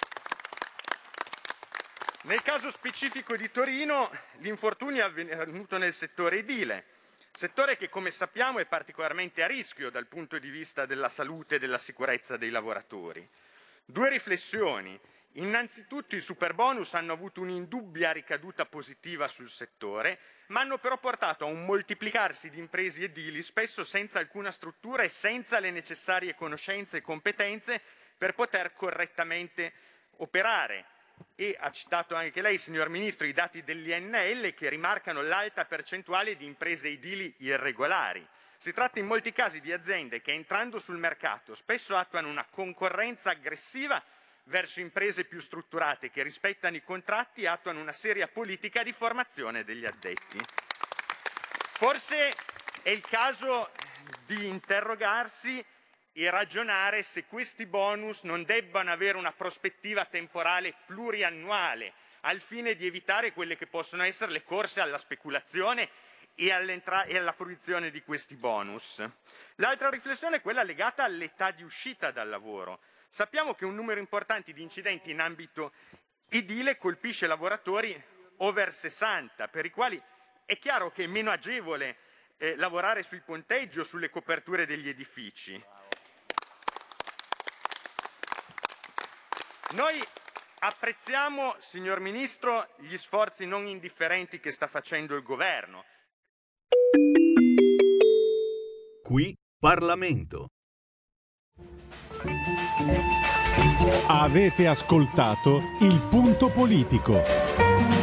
Nel caso specifico di Torino, l'infortunio è avvenuto nel settore edile, settore che, come sappiamo, è particolarmente a rischio dal punto di vista della salute e della sicurezza dei lavoratori. 2 riflessioni. Innanzitutto i superbonus hanno avuto un'indubbia ricaduta positiva sul settore, ma hanno però portato a un moltiplicarsi di imprese edili, spesso senza alcuna struttura e senza le necessarie conoscenze e competenze per poter correttamente operare. E ha citato anche lei, signor Ministro, i dati dell'INL che rimarcano l'alta percentuale di imprese edili irregolari. Si tratta in molti casi di aziende che, entrando sul mercato, spesso attuano una concorrenza aggressiva verso imprese più strutturate che rispettano i contratti e attuano una seria politica di formazione degli addetti. Forse è il caso di interrogarsi e ragionare se questi bonus non debbano avere una prospettiva temporale pluriannuale, al fine di evitare quelle che possono essere le corse alla speculazione e alla fruizione di questi bonus. L'altra riflessione è quella legata all'età di uscita dal lavoro. Sappiamo che un numero importante di incidenti in ambito edile colpisce lavoratori over 60, per i quali è chiaro che è meno agevole lavorare sui ponteggi o sulle coperture degli edifici. Noi Apprezziamo, signor Ministro, gli sforzi non indifferenti che sta facendo il governo. Qui Parlamento. Avete ascoltato Il Punto Politico.